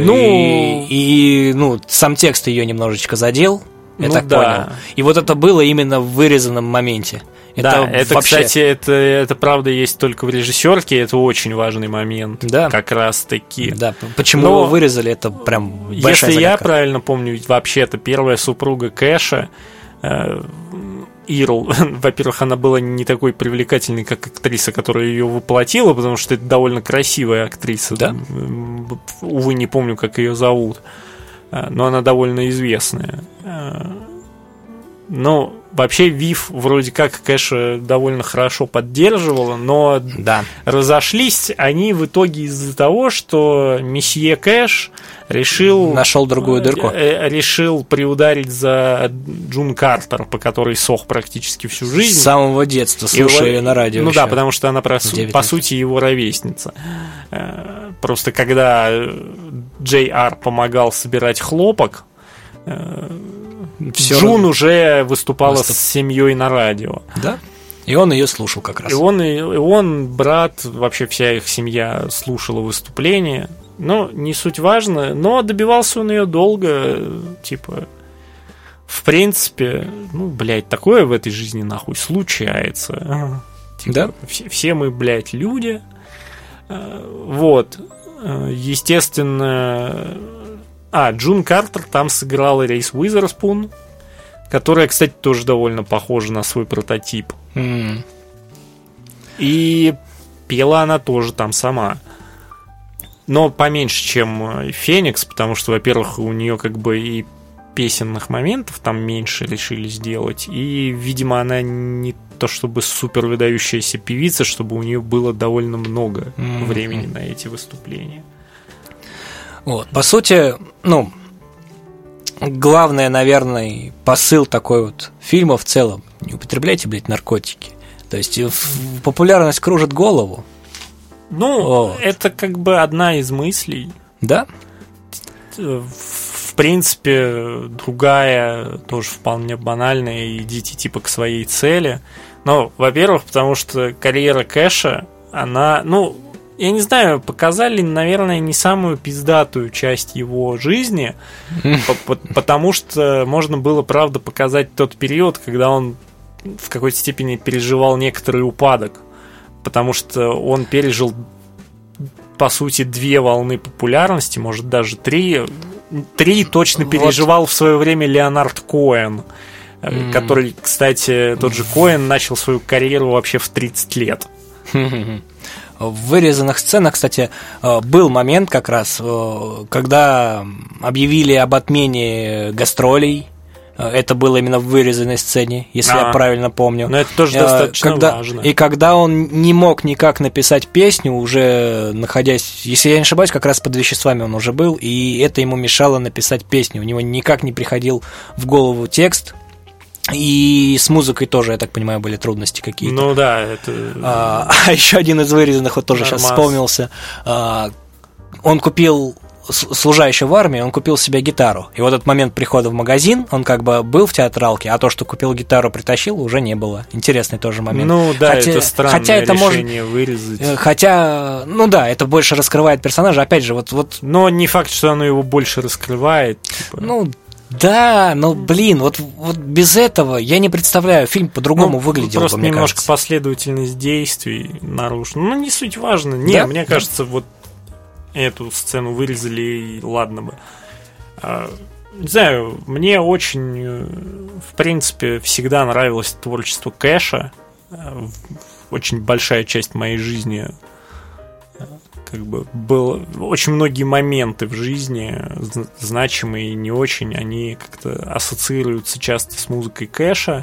И сам текст ее немножечко задел, я так понял. И вот это было именно в вырезанном моменте. Это вообще... кстати, это правда есть только в режиссерке, это очень важный момент. Да. Как раз таки. Да, почему его вырезали, это прям большая Если загадка. Я правильно помню, ведь вообще это первая супруга Кэша, Ирл, во-первых, она была не такой привлекательной, как актриса, которая ее воплотила, потому что это довольно красивая актриса. Да? Увы, не помню, как ее зовут, но она довольно известная. Но вообще Вив вроде как Кэша довольно хорошо поддерживала, но разошлись они в итоге из-за того, что месье Кэш нашел другую дырку. Решил приударить за Джун Картер, по которой сох практически всю жизнь. С самого детства слушая ее на радио. Ну да, потому что она, по сути, его ровесница. Просто когда Джей Ар помогал собирать хлопок, Джун уже выступала с семьей на радио. Да? И он ее слушал как раз. И он, брат, вообще вся их семья слушала выступления. Но не суть важно. Но добивался он ее долго. Типа, в принципе, такое в этой жизни нахуй случается. Типа, да? Все мы, люди. Вот. Естественно... Джун Картер там сыграла Рейс Уизерспун, которая, кстати, тоже довольно похожа на свой прототип. И пела она тоже там сама. Но поменьше, чем Феникс, потому что, во-первых, у нее как бы и песенных моментов там меньше решили сделать. И, видимо, она не то чтобы супер выдающаяся певица, чтобы у нее было довольно много времени на эти выступления. Вот. По сути, главное, наверное, посыл такой вот фильма в целом: не употребляйте, наркотики. То есть популярность кружит голову. Это как бы одна из мыслей. Да? В принципе, другая, тоже вполне банальная: идите типа к своей цели. Во-первых, потому что карьера Кэша, она, я не знаю, показали, наверное, не самую пиздатую часть его жизни, потому что можно было, правда, показать тот период, когда он в какой-то степени переживал некоторый упадок, потому что он пережил, по сути, 2 волны популярности, может, даже 3. 3 точно переживал в свое время Леонард Коэн, который, кстати, тот же Коэн начал свою карьеру вообще в 30 лет. В вырезанных сценах, кстати, был момент как раз, когда объявили об отмене гастролей. Это было именно в вырезанной сцене, если я правильно помню. Но это тоже достаточно важно. И когда он не мог никак написать песню, уже находясь, если я не ошибаюсь, как раз под веществами он уже был, и это ему мешало написать песню. У него никак не приходил в голову текст. И с музыкой тоже, я так понимаю, были трудности какие-то. Это... А еще один из вырезанных, вот тоже сейчас вспомнился. Он купил, служа еще в армии, он купил себе гитару. И вот этот момент прихода в магазин, он как бы был в театралке, а то, что купил гитару, притащил, уже не было. Интересный тоже момент. Это странное решение вырезать. Хотя, это больше раскрывает персонажа. Опять же, вот... Но не факт, что оно его больше раскрывает. Типа... Да, вот без этого я не представляю, фильм по-другому выглядел просто бы, мне немножко кажется. Последовательность действий нарушена. Не суть важно. Мне кажется, вот эту сцену вырезали, и ладно бы. Не знаю, мне очень, в принципе, всегда нравилось творчество Кэша. Очень большая часть моей жизни, как бы, было очень многие моменты в жизни, значимые и не очень, они как-то ассоциируются часто с музыкой Кэша.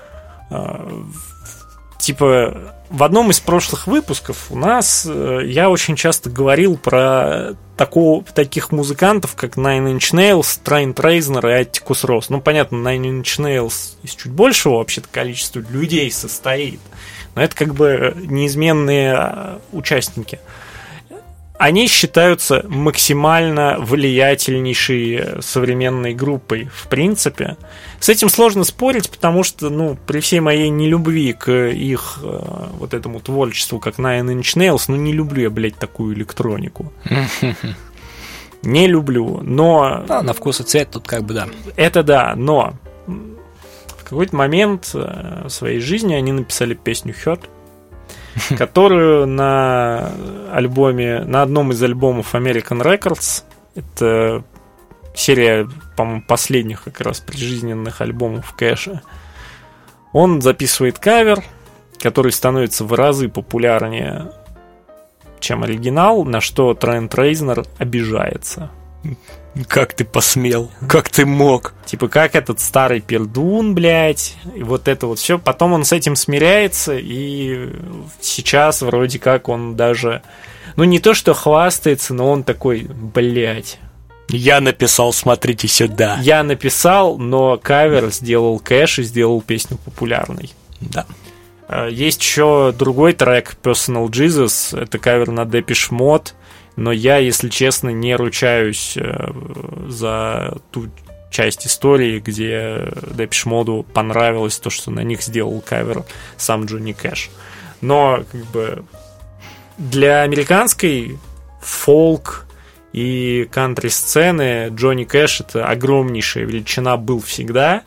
Типа, в одном из прошлых выпусков у нас я очень часто говорил про таких музыкантов, как Nine Inch Nails, Trent Reznor и Atticus Ross. Ну, понятно, Nine Inch Nails из чуть большего вообще-то количества людей состоит, но это как бы неизменные участники. Они считаются максимально влиятельнейшей современной группой, в принципе. С этим сложно спорить, потому что, ну, при всей моей нелюбви к их вот этому творчеству, как Nine Inch Nails, ну, не люблю я, блядь, такую электронику. Не люблю, но... На вкус и цвет тут как бы, да. Это да, но в какой-то момент в своей жизни они написали песню «Hurt», которую на одном из альбомов American Records, это серия, по-моему, последних как раз прижизненных альбомов Кэша, он записывает кавер, который становится в разы популярнее, чем оригинал, на что Трент Резнор обижается. Как ты посмел? Как ты мог? Типа, как этот старый пердун, блядь, и вот это вот все. Потом он с этим смиряется, и сейчас вроде как он даже... Ну, не то, что хвастается, но он такой, блядь. Я написал, смотрите сюда. Я написал, но кавер сделал Кэш и сделал песню популярной. Да. Есть еще другой трек, Personal Jesus, это кавер на Depeche Mode. Но я, если честно, не ручаюсь за ту часть истории, где Depeche Mode понравилось то, что на них сделал кавер сам Джонни Кэш. Но как бы для американской фолк и кантри-сцены Джонни Кэш — это огромнейшая величина был всегда.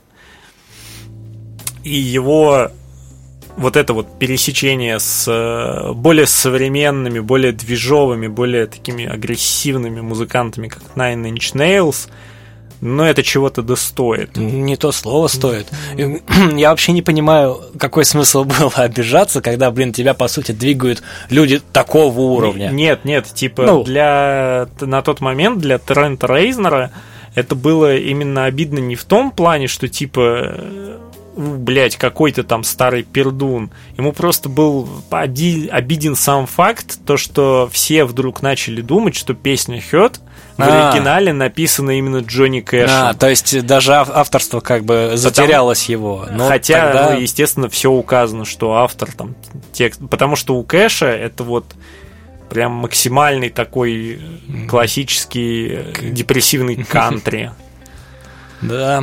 И его... вот это вот пересечение с более современными, более движовыми, более такими агрессивными музыкантами, как Nine Inch Nails, но это чего-то достоит. Не то слово стоит. Я вообще не понимаю, какой смысл было обижаться, когда, тебя, по сути, двигают люди такого уровня. Нет, типа, на тот момент для Трента Резнора это было именно обидно не в том плане, что, типа... блять, какой-то там старый пердун. Ему просто был обиден сам факт, то, что все вдруг начали думать, что песня «Hurt» в оригинале написана именно Джонни Кэшем. То есть даже авторство как бы затерялось его. Но хотя, тогда... естественно, все указано, что автор там текст... Потому что у Кэша это вот прям максимальный такой классический депрессивный кантри. Да.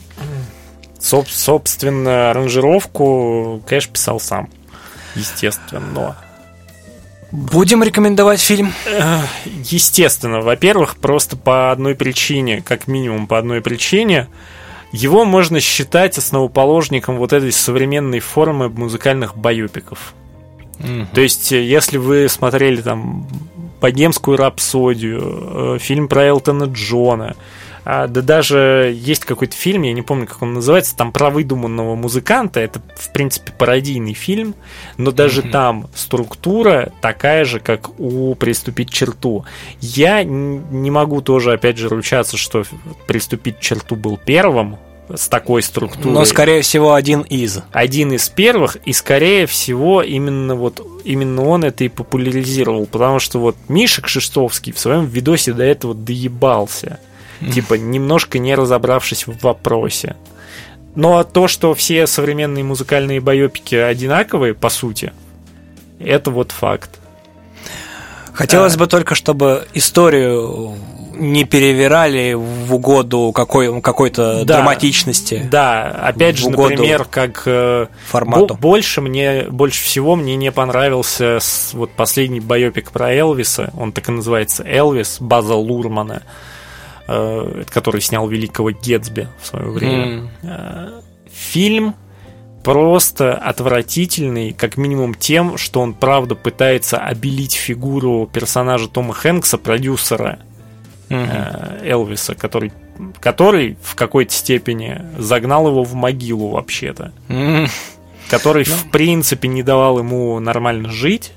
Собственно, аранжировку Кэш писал сам, естественно. Будем рекомендовать фильм? Естественно. Во-первых, просто по одной причине, как минимум по одной причине, его можно считать основоположником вот этой современной формы музыкальных байопиков. То есть, если вы смотрели там «Богемскую рапсодию», фильм про Элтона Джона, да даже есть какой-то фильм, я не помню, как он называется, там про выдуманного музыканта. Это, в принципе, пародийный фильм, но даже там структура такая же, как у «Приступить черту». Я не могу тоже, опять же, ручаться, что «Приступить черту» был первым с такой структурой. Но, скорее всего, один из первых, и, скорее всего, именно он это и популяризировал, потому что вот Миша Кшиштовский в своем видосе до этого доебался. Типа, немножко не разобравшись в вопросе. Но то, что все современные музыкальные байопики одинаковые, по сути, это вот факт. Хотелось бы только, чтобы историю не перевирали в угоду какой-то драматичности. Да, опять же, например, как формату. Больше всего мне не понравился вот последний байопик про Элвиса. Он так и называется «Элвис» База Лурмана, который снял «Великого Гэтсби» в свое время. Фильм просто отвратительный, как минимум тем, что он правда пытается обелить фигуру персонажа Тома Хэнкса, продюсера. Элвиса, который в какой-то степени загнал его в могилу вообще-то. Который, в принципе, не давал ему нормально жить.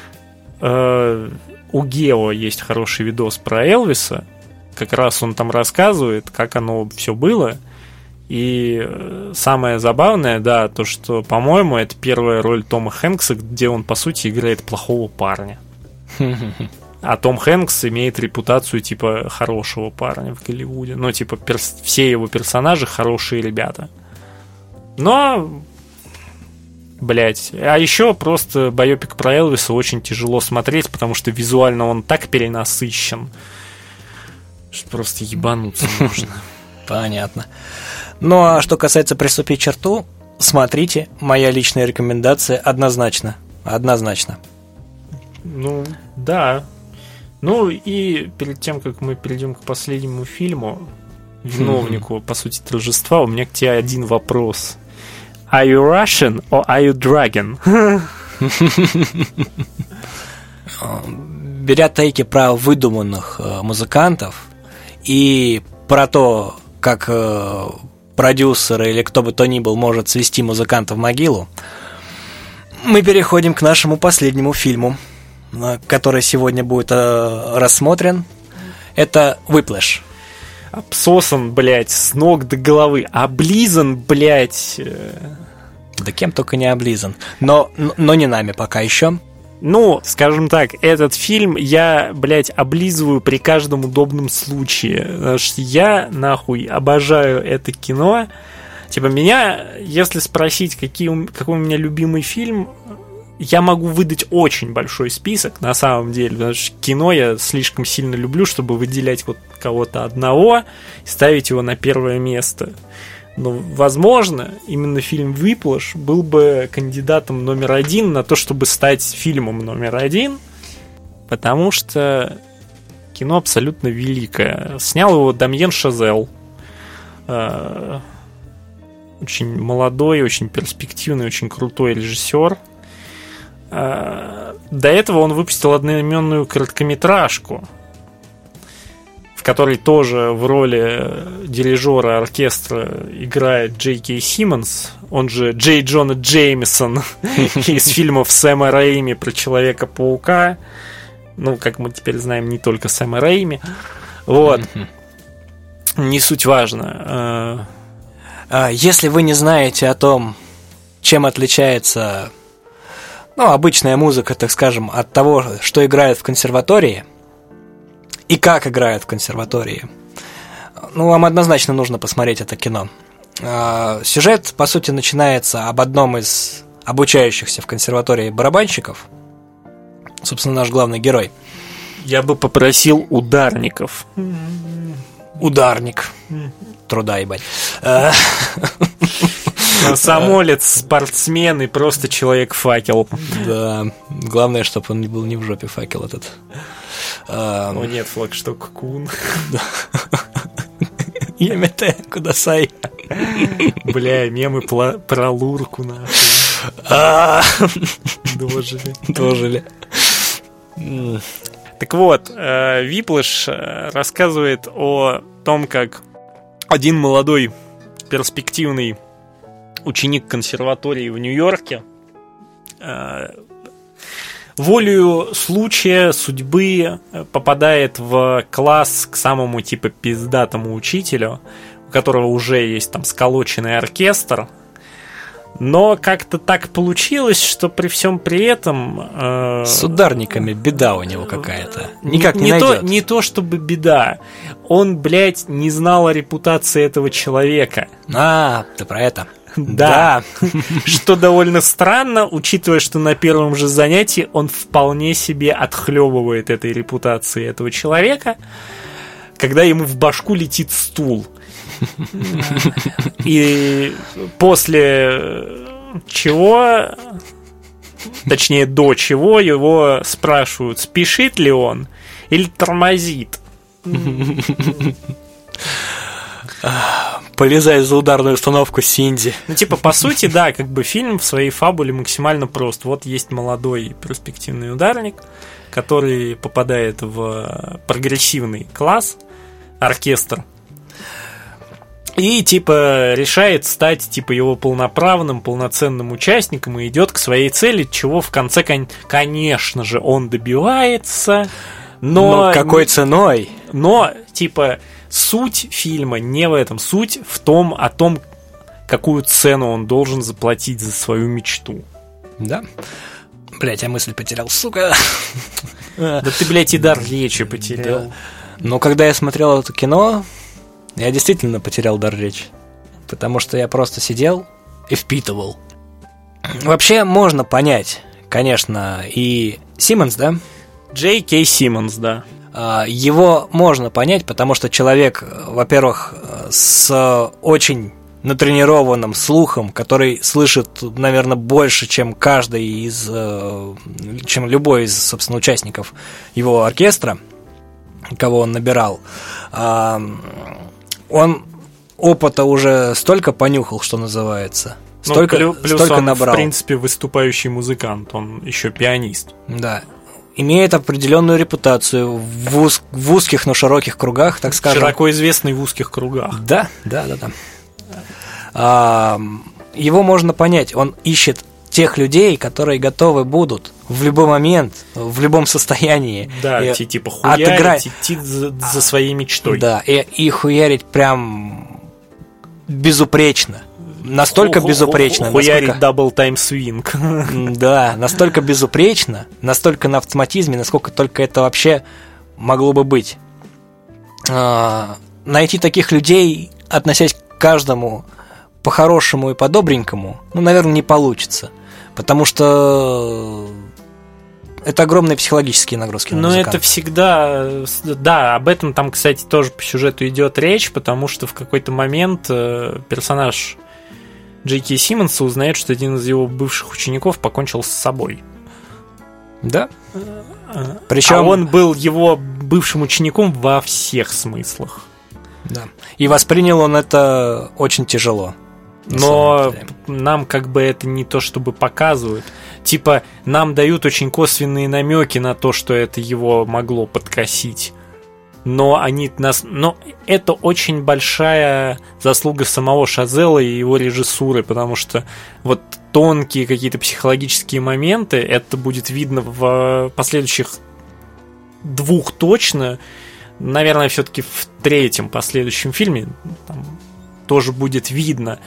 У Гео есть хороший видос про Элвиса. Как раз он там рассказывает, как оно все было. И самое забавное, да, то, что, по-моему, это первая роль Тома Хэнкса, где он, по сути, играет плохого парня. А Том Хэнкс имеет репутацию, типа, хорошего парня в Голливуде. Ну, типа, все его персонажи хорошие ребята. Но... Блять. А еще просто байопик про Элвиса очень тяжело смотреть, потому что визуально он так перенасыщен, что просто ебануться можно. Понятно. Ну, а что касается «Приступить черту», смотрите, моя личная рекомендация однозначно. Однозначно. Ну, да. Ну, и перед тем, как мы перейдем к последнему фильму, виновнику, по сути, торжества, у меня к тебе один вопрос. Are you Russian or are you dragon? Беря тейки про выдуманных музыкантов и про то, как продюсер или кто бы то ни был может свести музыканта в могилу, мы переходим к нашему последнему фильму, который сегодня будет рассмотрен. Это «Whiplash». Обсосан, блядь, с ног до головы. Облизан, блядь. Да кем только не облизан. Но не нами пока еще. Ну, скажем так, этот фильм я, блядь, облизываю при каждом удобном случае. Потому что я, нахуй, обожаю это кино. Типа, меня, если спросить, какой у меня любимый фильм, я могу выдать очень большой список, на самом деле, потому что кино я слишком сильно люблю, чтобы выделять вот кого-то одного и ставить его на первое место. Но, возможно, именно фильм «Whiplash» был бы кандидатом номер один на то, чтобы стать фильмом номер один, потому что кино абсолютно великое. Снял его Дамьен Шазел. Очень молодой, очень перспективный, очень крутой режиссер. До этого он выпустил одноименную короткометражку, в которой тоже в роли дирижера оркестра играет Джей Кей Симмонс, он же Джей Джона Джеймисон из фильмов Сэма Рэйми про Человека-паука. Ну, как мы теперь знаем, не только Сэма Рэйми. Вот. Не суть важно. Если вы не знаете о том, чем отличается... Ну, обычная музыка, так скажем, от того, что играют в консерватории и как играют в консерватории, ну, вам однозначно нужно посмотреть это кино. Сюжет, по сути, начинается об одном из обучающихся в консерватории барабанщиков, собственно, наш главный герой. Я бы попросил ударников. Ударник. Труда, ебать. Комсомолец, спортсмен и просто человек-факел. Да, главное, чтобы он не был не в жопе факел этот. О нет, флагшток Кун. Ямете Кудасай. Бля, мемы про Лурку, нахуй. Дожили. Так вот, Whiplash рассказывает о том, как один молодой перспективный ученик консерватории в Нью-Йорке волею случая, судьбы попадает в класс к самому типа пиздатому учителю, у которого уже есть там сколоченный оркестр. Но как-то так получилось, что при всем при этом... С ударниками беда у него какая-то. Никак не найдет. Не то чтобы беда. Он, блядь, не знал о репутации этого человека. Ты про это? Да. Что довольно странно, учитывая, что на первом же занятии он вполне себе отхлебывает этой репутации этого человека, когда ему в башку летит стул. И после чего, точнее до чего, его спрашивают, спешит ли он или тормозит. Полезай за ударную установку, Синди. Ну, типа, по сути, да, как бы фильм в своей фабуле максимально прост. Вот есть молодой перспективный ударник, который попадает в прогрессивный класс, оркестр, и, типа, решает стать, типа, его полноправным, полноценным участником и идет к своей цели, чего в конце, конечно же, он добивается. Но какой ценой? Но, типа, суть фильма не в этом. Суть в том, какую цену он должен заплатить за свою мечту. Да. Блять, я мысль потерял, сука. Да ты, блядь, и дар речи потерял. Да. Но когда я смотрел это кино, я действительно потерял дар речи. Потому что я просто сидел и впитывал. Вообще можно понять, конечно, и Симмонс, да? Джей Кей Симмонс, да. Его можно понять, потому что человек, во-первых, с очень натренированным слухом, который слышит, наверное, больше, чем чем любой из, собственно, участников его оркестра, кого он набирал. Он опыта уже столько понюхал, что называется. Столько он, набрал. В принципе, выступающий музыкант, он еще пианист. Да. Имеет определенную репутацию в узких, но широких кругах, так скажем. Широко известный в узких кругах. Да. Его можно понять. Он ищет тех людей, которые готовы будут в любой момент, в любом состоянии. Да, типа хуярить, идти за своей мечтой. Да, и хуярить прям безупречно. Настолько безупречно. Хуярить дабл тайм свинг. Да, настолько безупречно, настолько на автоматизме, насколько только это вообще могло бы быть. Найти таких людей, относясь к каждому по-хорошему и по-добренькому, наверное, не получится. Потому что это огромные психологические нагрузки на музыканта. Но это всегда... Да, об этом там, кстати, тоже по сюжету идет речь, потому что в какой-то момент персонаж Джей Кей Симмонса узнает, что один из его бывших учеников покончил с собой. Да. Причем... А он был его бывшим учеником во всех смыслах. Да. И воспринял он это очень тяжело. Но нам как бы это не то чтобы показывают. Типа, нам дают очень косвенные намеки на то, что это его могло подкосить. Но это очень большая заслуга самого Шазела и его режиссуры, потому что вот тонкие какие-то психологические моменты, это будет видно в последующих двух точно. Наверное, все-таки в третьем последующем фильме там тоже будет видно.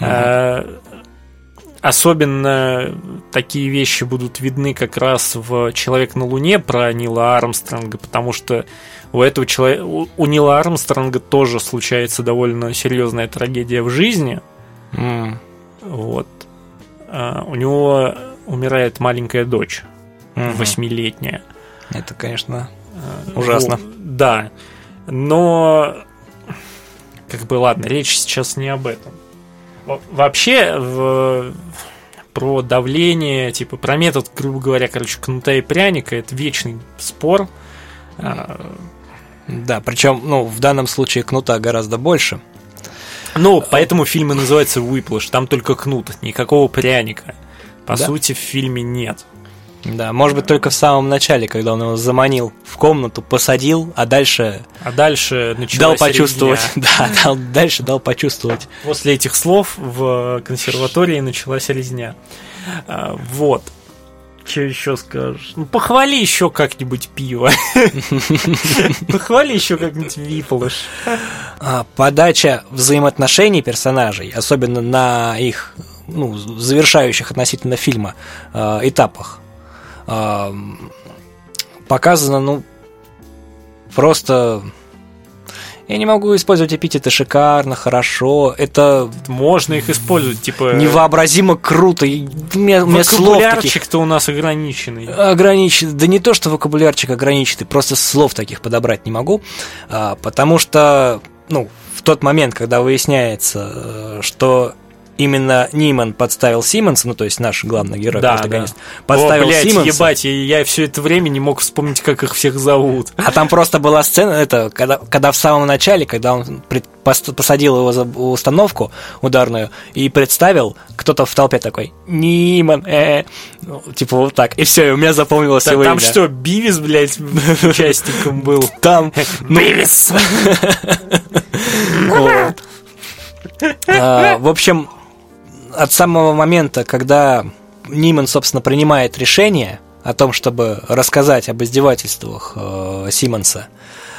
Особенно такие вещи будут видны как раз в «Человек на Луне» про Нила Армстронга, потому что у Нила Армстронга тоже случается довольно серьезная трагедия в жизни. Вот. У него умирает маленькая дочь, 8-летняя. Это, конечно, ужасно. Да. Но как бы ладно, речь сейчас не об этом. Вообще про давление, типа про метод, грубо говоря, кнута и пряника, это вечный спор. Да, причем, в данном случае кнута гораздо больше. Поэтому фильм и называется «Whiplash», там только кнут, никакого пряника. По сути, в фильме нет. Да, может быть, только в самом начале, когда он его заманил в комнату, посадил, а дальше началась дал почувствовать. резня. Да, дальше дал почувствовать. После этих слов в консерватории началась резня. Вот. Что еще скажешь? Похвали еще как-нибудь пиво. Похвали еще как-нибудь Whiplash. Подача взаимоотношений персонажей, особенно на их завершающих относительно фильма этапах, показано, просто... Я не могу использовать эпитеты «шикарно», «хорошо». Это... Можно их использовать, типа... Невообразимо круто. Вокабулярчик-то у нас ограниченный. Да не то, что вокабулярчик ограниченный, просто слов таких подобрать не могу. Потому что, в тот момент, когда выясняется, что именно Ниман подставил Симмонса, ну, то есть наш главный герой, протагонист, подставил Симмонса. Ебать, я все это время не мог вспомнить, как их всех зовут. А там просто была сцена, когда в самом начале, когда он посадил его за установку ударную и представил, кто-то в толпе такой: Ниман, типа вот так. И все, и у меня запомнилось его имя. Там что, Бивис, блядь, участником был? Там Бивис! В общем, от самого момента, когда Ниман, собственно, принимает решение о том, чтобы рассказать об издевательствах Симмонса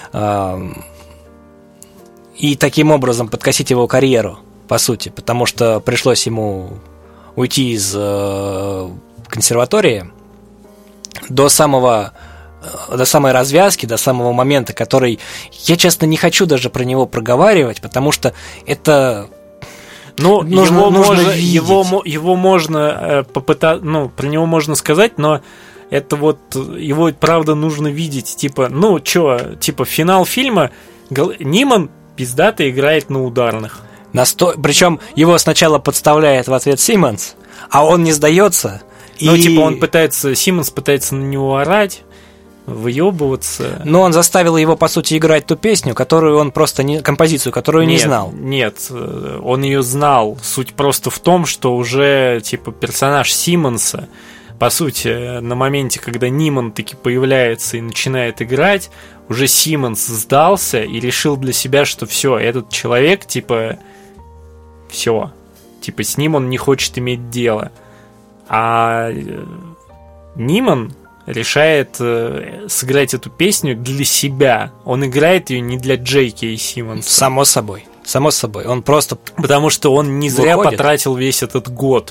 и таким образом подкосить его карьеру, по сути, потому что пришлось ему уйти из консерватории до самой развязки, до самого момента, который я, честно, не хочу даже про него проговаривать, потому что это... Ну, его можно попытаться, ну, про него можно сказать, но это вот его, правда, нужно видеть, типа, ну, чё, типа, финал фильма, Ниман пиздато играет на ударных. Причем его сначала подставляет в ответ Симмонс, а он не сдается. Ну, типа, Симмонс пытается на него орать, выебываться. Но он заставил его, по сути, играть ту песню, которую он просто композицию, которую не знал. Нет, он ее знал. Суть просто в том, что уже, типа, персонаж Симмонса, по сути, на моменте, когда Ниман таки появляется и начинает играть, уже Симмонс сдался и решил для себя, что все, этот человек, типа, все, типа, с ним он не хочет иметь дело. А Ниман решает сыграть эту песню для себя. Он играет ее не для Джейки и Симмонса. Само собой. Он просто... Потому что он не зря потратил весь этот год.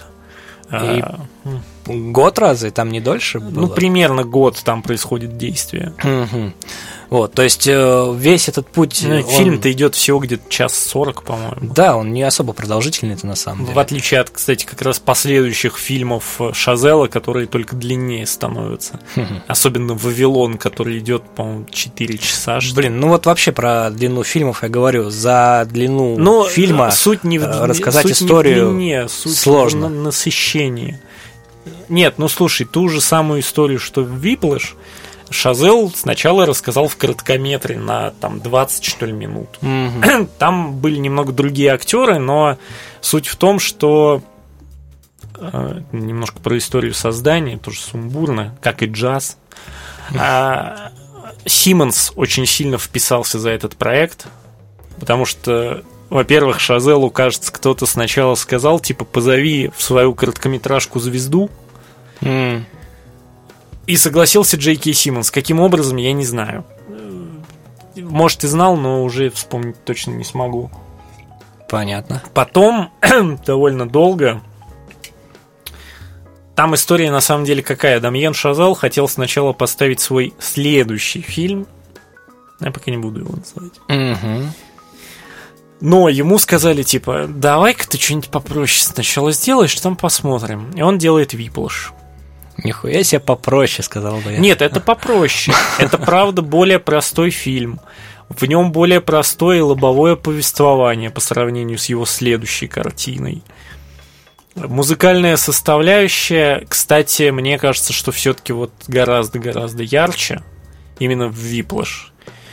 Год разве? Там не дольше было? Ну, примерно год там происходит действие. Угу. Вот, то есть весь этот путь... Фильм-то идет всего где-то 1:40, по-моему. Да, он не особо продолжительный, это на самом деле. В отличие от, кстати, как раз последующих фильмов Шазела, которые только длиннее становятся. Особенно «Вавилон», который идет, по-моему, 4 часа. Блин, ну вот вообще про длину фильмов я говорю. За длину фильма суть не рассказать историю не в длине, суть сложно. В насыщении. Нет, ну слушай, ту же самую историю, что в «Виплэш», Шазел сначала рассказал в короткометре на там 20, что ли, минут. Mm-hmm. Там были немного другие актеры, но суть в том, что немножко про историю создания, тоже сумбурно, как и джаз. Симмонс очень сильно вписался за этот проект, потому что, во-первых, Шазелу, кажется, кто-то сначала сказал, типа, позови в свою короткометражку звезду. И согласился Джейки Симмонс. Каким образом, я не знаю. Может, и знал, но уже вспомнить точно не смогу. Понятно. Потом, довольно долго, там история на самом деле какая. Дамьен Шазел хотел сначала поставить свой следующий фильм. Я пока не буду его называть. Угу. Но ему сказали, типа, давай-ка ты что-нибудь попроще сначала сделаешь, там посмотрим. И он делает «Виплэш». Нихуя себе попроще, сказал бы я. Нет, это попроще. Это, правда, более простой фильм. В нем более простое лобовое повествование по сравнению с его следующей картиной. Музыкальная составляющая, кстати, мне кажется, что все-таки вот гораздо-гораздо ярче. Именно в «Виплэш».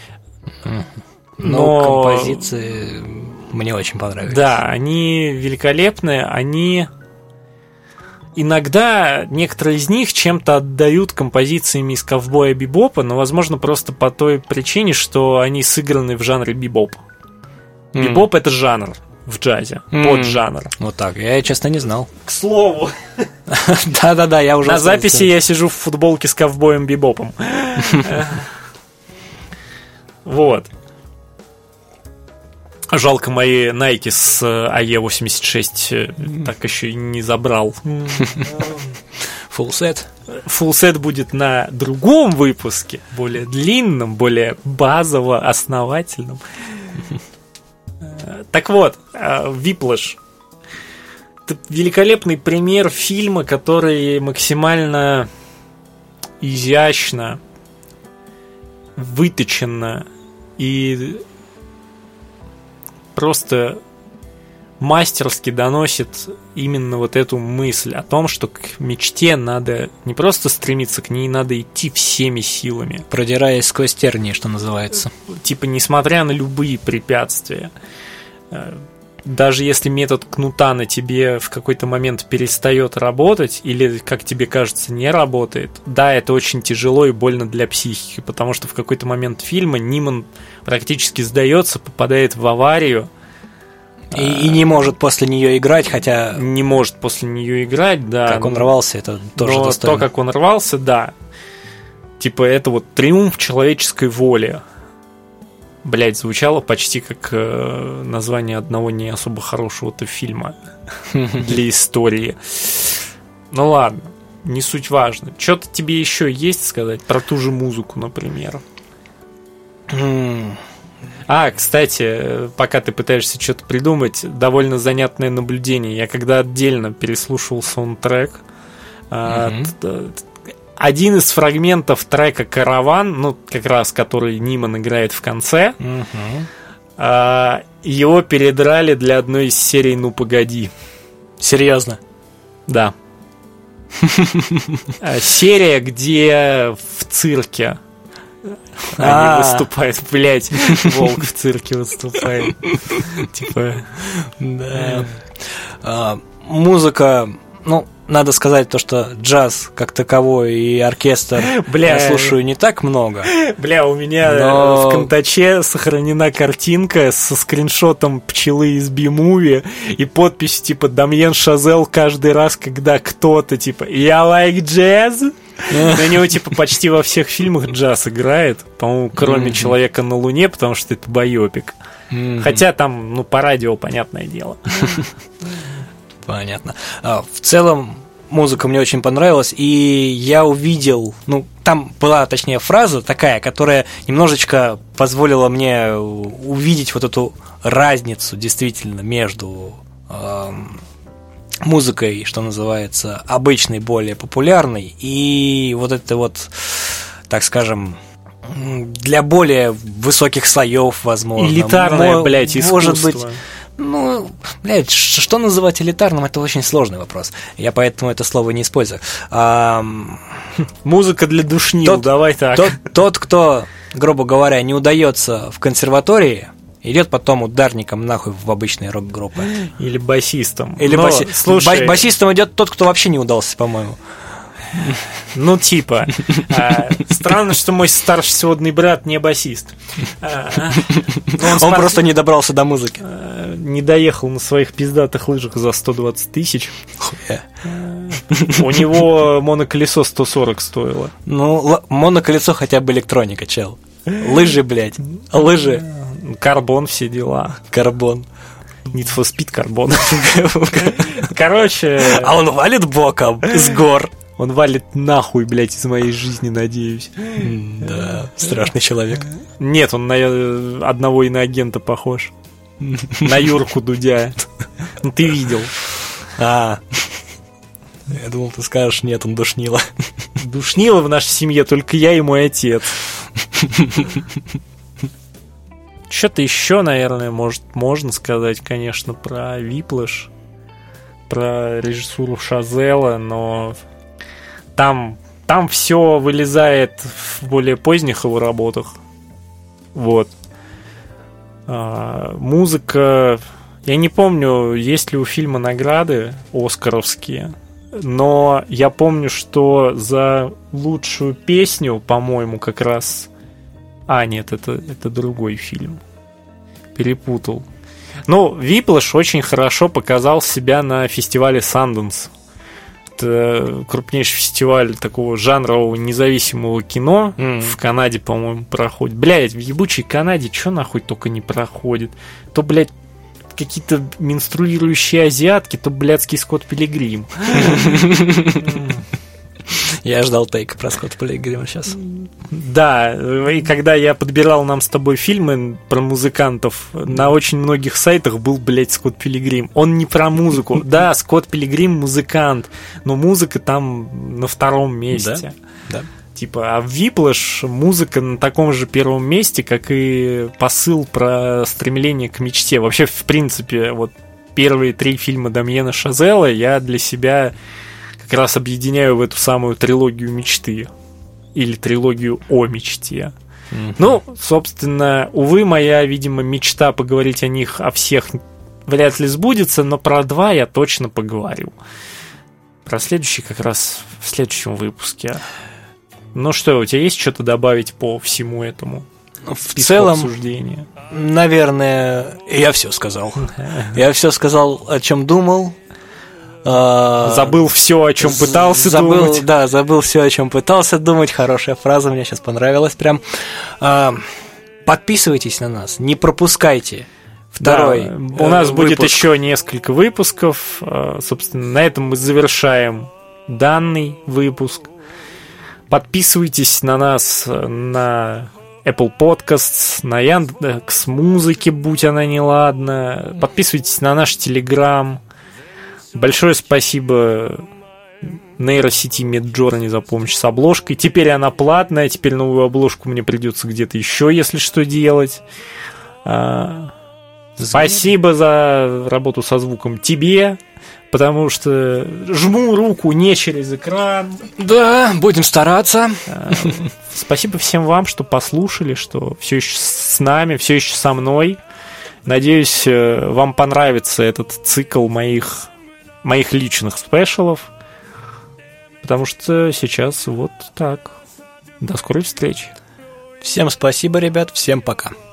Но композиции мне очень понравились. Да, они великолепные, они... Иногда некоторые из них чем-то отдают композициями из «Ковбоя Бибопа», но, возможно, просто по той причине, что они сыграны в жанре бибоп. Бибоп — это жанр в джазе, поджанр. Вот так, я, честно, не знал. К слову. Да-да-да, я уже... На записи я сижу в футболке с «Ковбоем Бибопом». Вот. Жалко, мои Nike с AE86 так еще и не забрал. Фулсет. Фулсет будет на другом выпуске, более длинном, более базово-основательном. Так вот, «Виплэш» — это великолепный пример фильма, который максимально изящно, выточенно и просто мастерски доносит именно вот эту мысль о том, что к мечте надо не просто стремиться, к ней надо идти всеми силами. Продираясь сквозь тернии, что называется. Типа, несмотря на любые препятствия. Даже если метод кнута на тебе в какой-то момент перестает работать, или, как тебе кажется, не работает, да, это очень тяжело и больно для психики, потому что в какой-то момент фильма Ниман практически сдается, попадает в аварию. И не может после нее играть, хотя... Не может после нее играть, да. Как он рвался, это тоже но достойно. То, как он рвался, да. Типа, это вот триумф человеческой воли. Блять, звучало почти как название одного не особо хорошего-то фильма для истории. Ну ладно, не суть важно. Что-то тебе еще есть сказать про ту же музыку, например? Кстати, пока ты пытаешься что-то придумать, довольно занятное наблюдение. Я когда отдельно переслушивал саундтрек, один из фрагментов трека «Караван», ну, как раз, который Ниман играет в конце, его передрали для одной из серий «Ну, погоди». Серьезно? Да. Серия, где в цирке они выступают. Блять, волк в цирке выступает. Типа, да. Музыка, ну, надо сказать то, что джаз как таковой и оркестр я слушаю не так много. Бля, у меня в контаче сохранена картинка со скриншотом пчелы из B-Movie и подпись типа «Дамьен Шазел» каждый раз, когда кто-то типа «Я like jazz». На него типа почти во всех фильмах джаз играет, по-моему, кроме «Человека на Луне», потому что это байопик. Хотя там, ну, по радио, понятное дело. Понятно. В целом, музыка мне очень понравилась, и я увидел, ну, там была, точнее, фраза такая, которая немножечко позволила мне увидеть вот эту разницу, действительно, между музыкой, что называется, обычной, более популярной, и вот это вот, так скажем, для более высоких слоев, возможно. Элитарное, блядь, искусство. Может быть. Ну, блядь, что называть элитарным, это очень сложный вопрос. Я поэтому это слово не использую. Музыка для душнил, давай так. Тот, кто, грубо говоря, не удается в консерватории, идет потом ударником нахуй в обычные рок-группы. Или басистом. Слушай, басистом идет тот, кто вообще не удался, по-моему. Ну, типа. Странно, что мой старший сводный брат не басист. Он просто не добрался до музыки. Не доехал на своих пиздатых лыжах за 120 тысяч. У него моноколесо 140 стоило. Ну, моноколесо хотя бы электроника, чел. Лыжи, блядь. Лыжи. Карбон, все дела. Карбон. Need for Speed карбон. Короче... А он валит боком с гор. Он валит нахуй, блядь, из моей жизни, надеюсь. Да, страшный человек. Нет, он на одного иноагента похож. На Юрку Дудя. Ну, ты видел. Я думал, ты скажешь, нет, он душнило. Душнило в нашей семье только я и мой отец. Что-то еще, наверное, можно сказать, конечно, про Whiplash, про режиссуру Шазела, но там все вылезает в более поздних его работах. Вот. Музыка... Я не помню, есть ли у фильма награды оскаровские, но я помню, что за лучшую песню, по-моему, как раз... нет, это другой фильм. Перепутал. Ну, Whiplash очень хорошо показал себя на фестивале Sundance. Это крупнейший фестиваль такого жанрового независимого кино. В Канаде, по-моему, проходит. Блядь, в ебучей Канаде что нахуй только не проходит. То, блядь, какие-то менструирующие азиатки, то блядский Скотт Пилигрим. Я ждал тейка про Скотта Пилигрима сейчас. Да, и когда я подбирал нам с тобой фильмы про музыкантов, на очень многих сайтах был, блядь, Скотт Пилигрим. Он не про музыку. Да, Скотт Пилигрим музыкант, но музыка там на втором месте. Да. Типа, а в Whiplash музыка на таком же первом месте, как и посыл про стремление к мечте. Вообще, в принципе, вот первые 3 фильма Дамьена Шазела я для себя как раз объединяю в эту самую трилогию мечты. Или трилогию о мечте. Ну, собственно, увы, моя, видимо, мечта поговорить о всех вряд ли сбудется, но про 2 я точно поговорю. Про следующий как раз в следующем выпуске. Ну что, у тебя есть что-то добавить по всему этому? В целом, обсуждения? Наверное, я все сказал. Я все сказал, о чем думал. Забыл все, о чем пытался думать. Да, забыл все, о чем пытался думать. Хорошая фраза, мне сейчас понравилась прям. Подписывайтесь на нас, не пропускайте второй. Да, у нас будет еще несколько выпусков. Собственно, на этом мы завершаем данный выпуск. Подписывайтесь на нас на Apple Podcasts, на Яндекс.Музыке, будь она неладна. Подписывайтесь на наш Telegram. Большое спасибо нейросети Midjourney за помощь с обложкой. Теперь она платная, теперь новую обложку мне придется где-то еще, если что, делать. Спасибо за работу со звуком тебе, потому что жму руку не через экран. Да, будем стараться. Спасибо всем вам, что послушали, что все еще с нами, все еще со мной. Надеюсь, вам понравится этот цикл моих личных спешалов, потому что сейчас вот так. До скорой встречи. Всем спасибо, ребят, всем пока.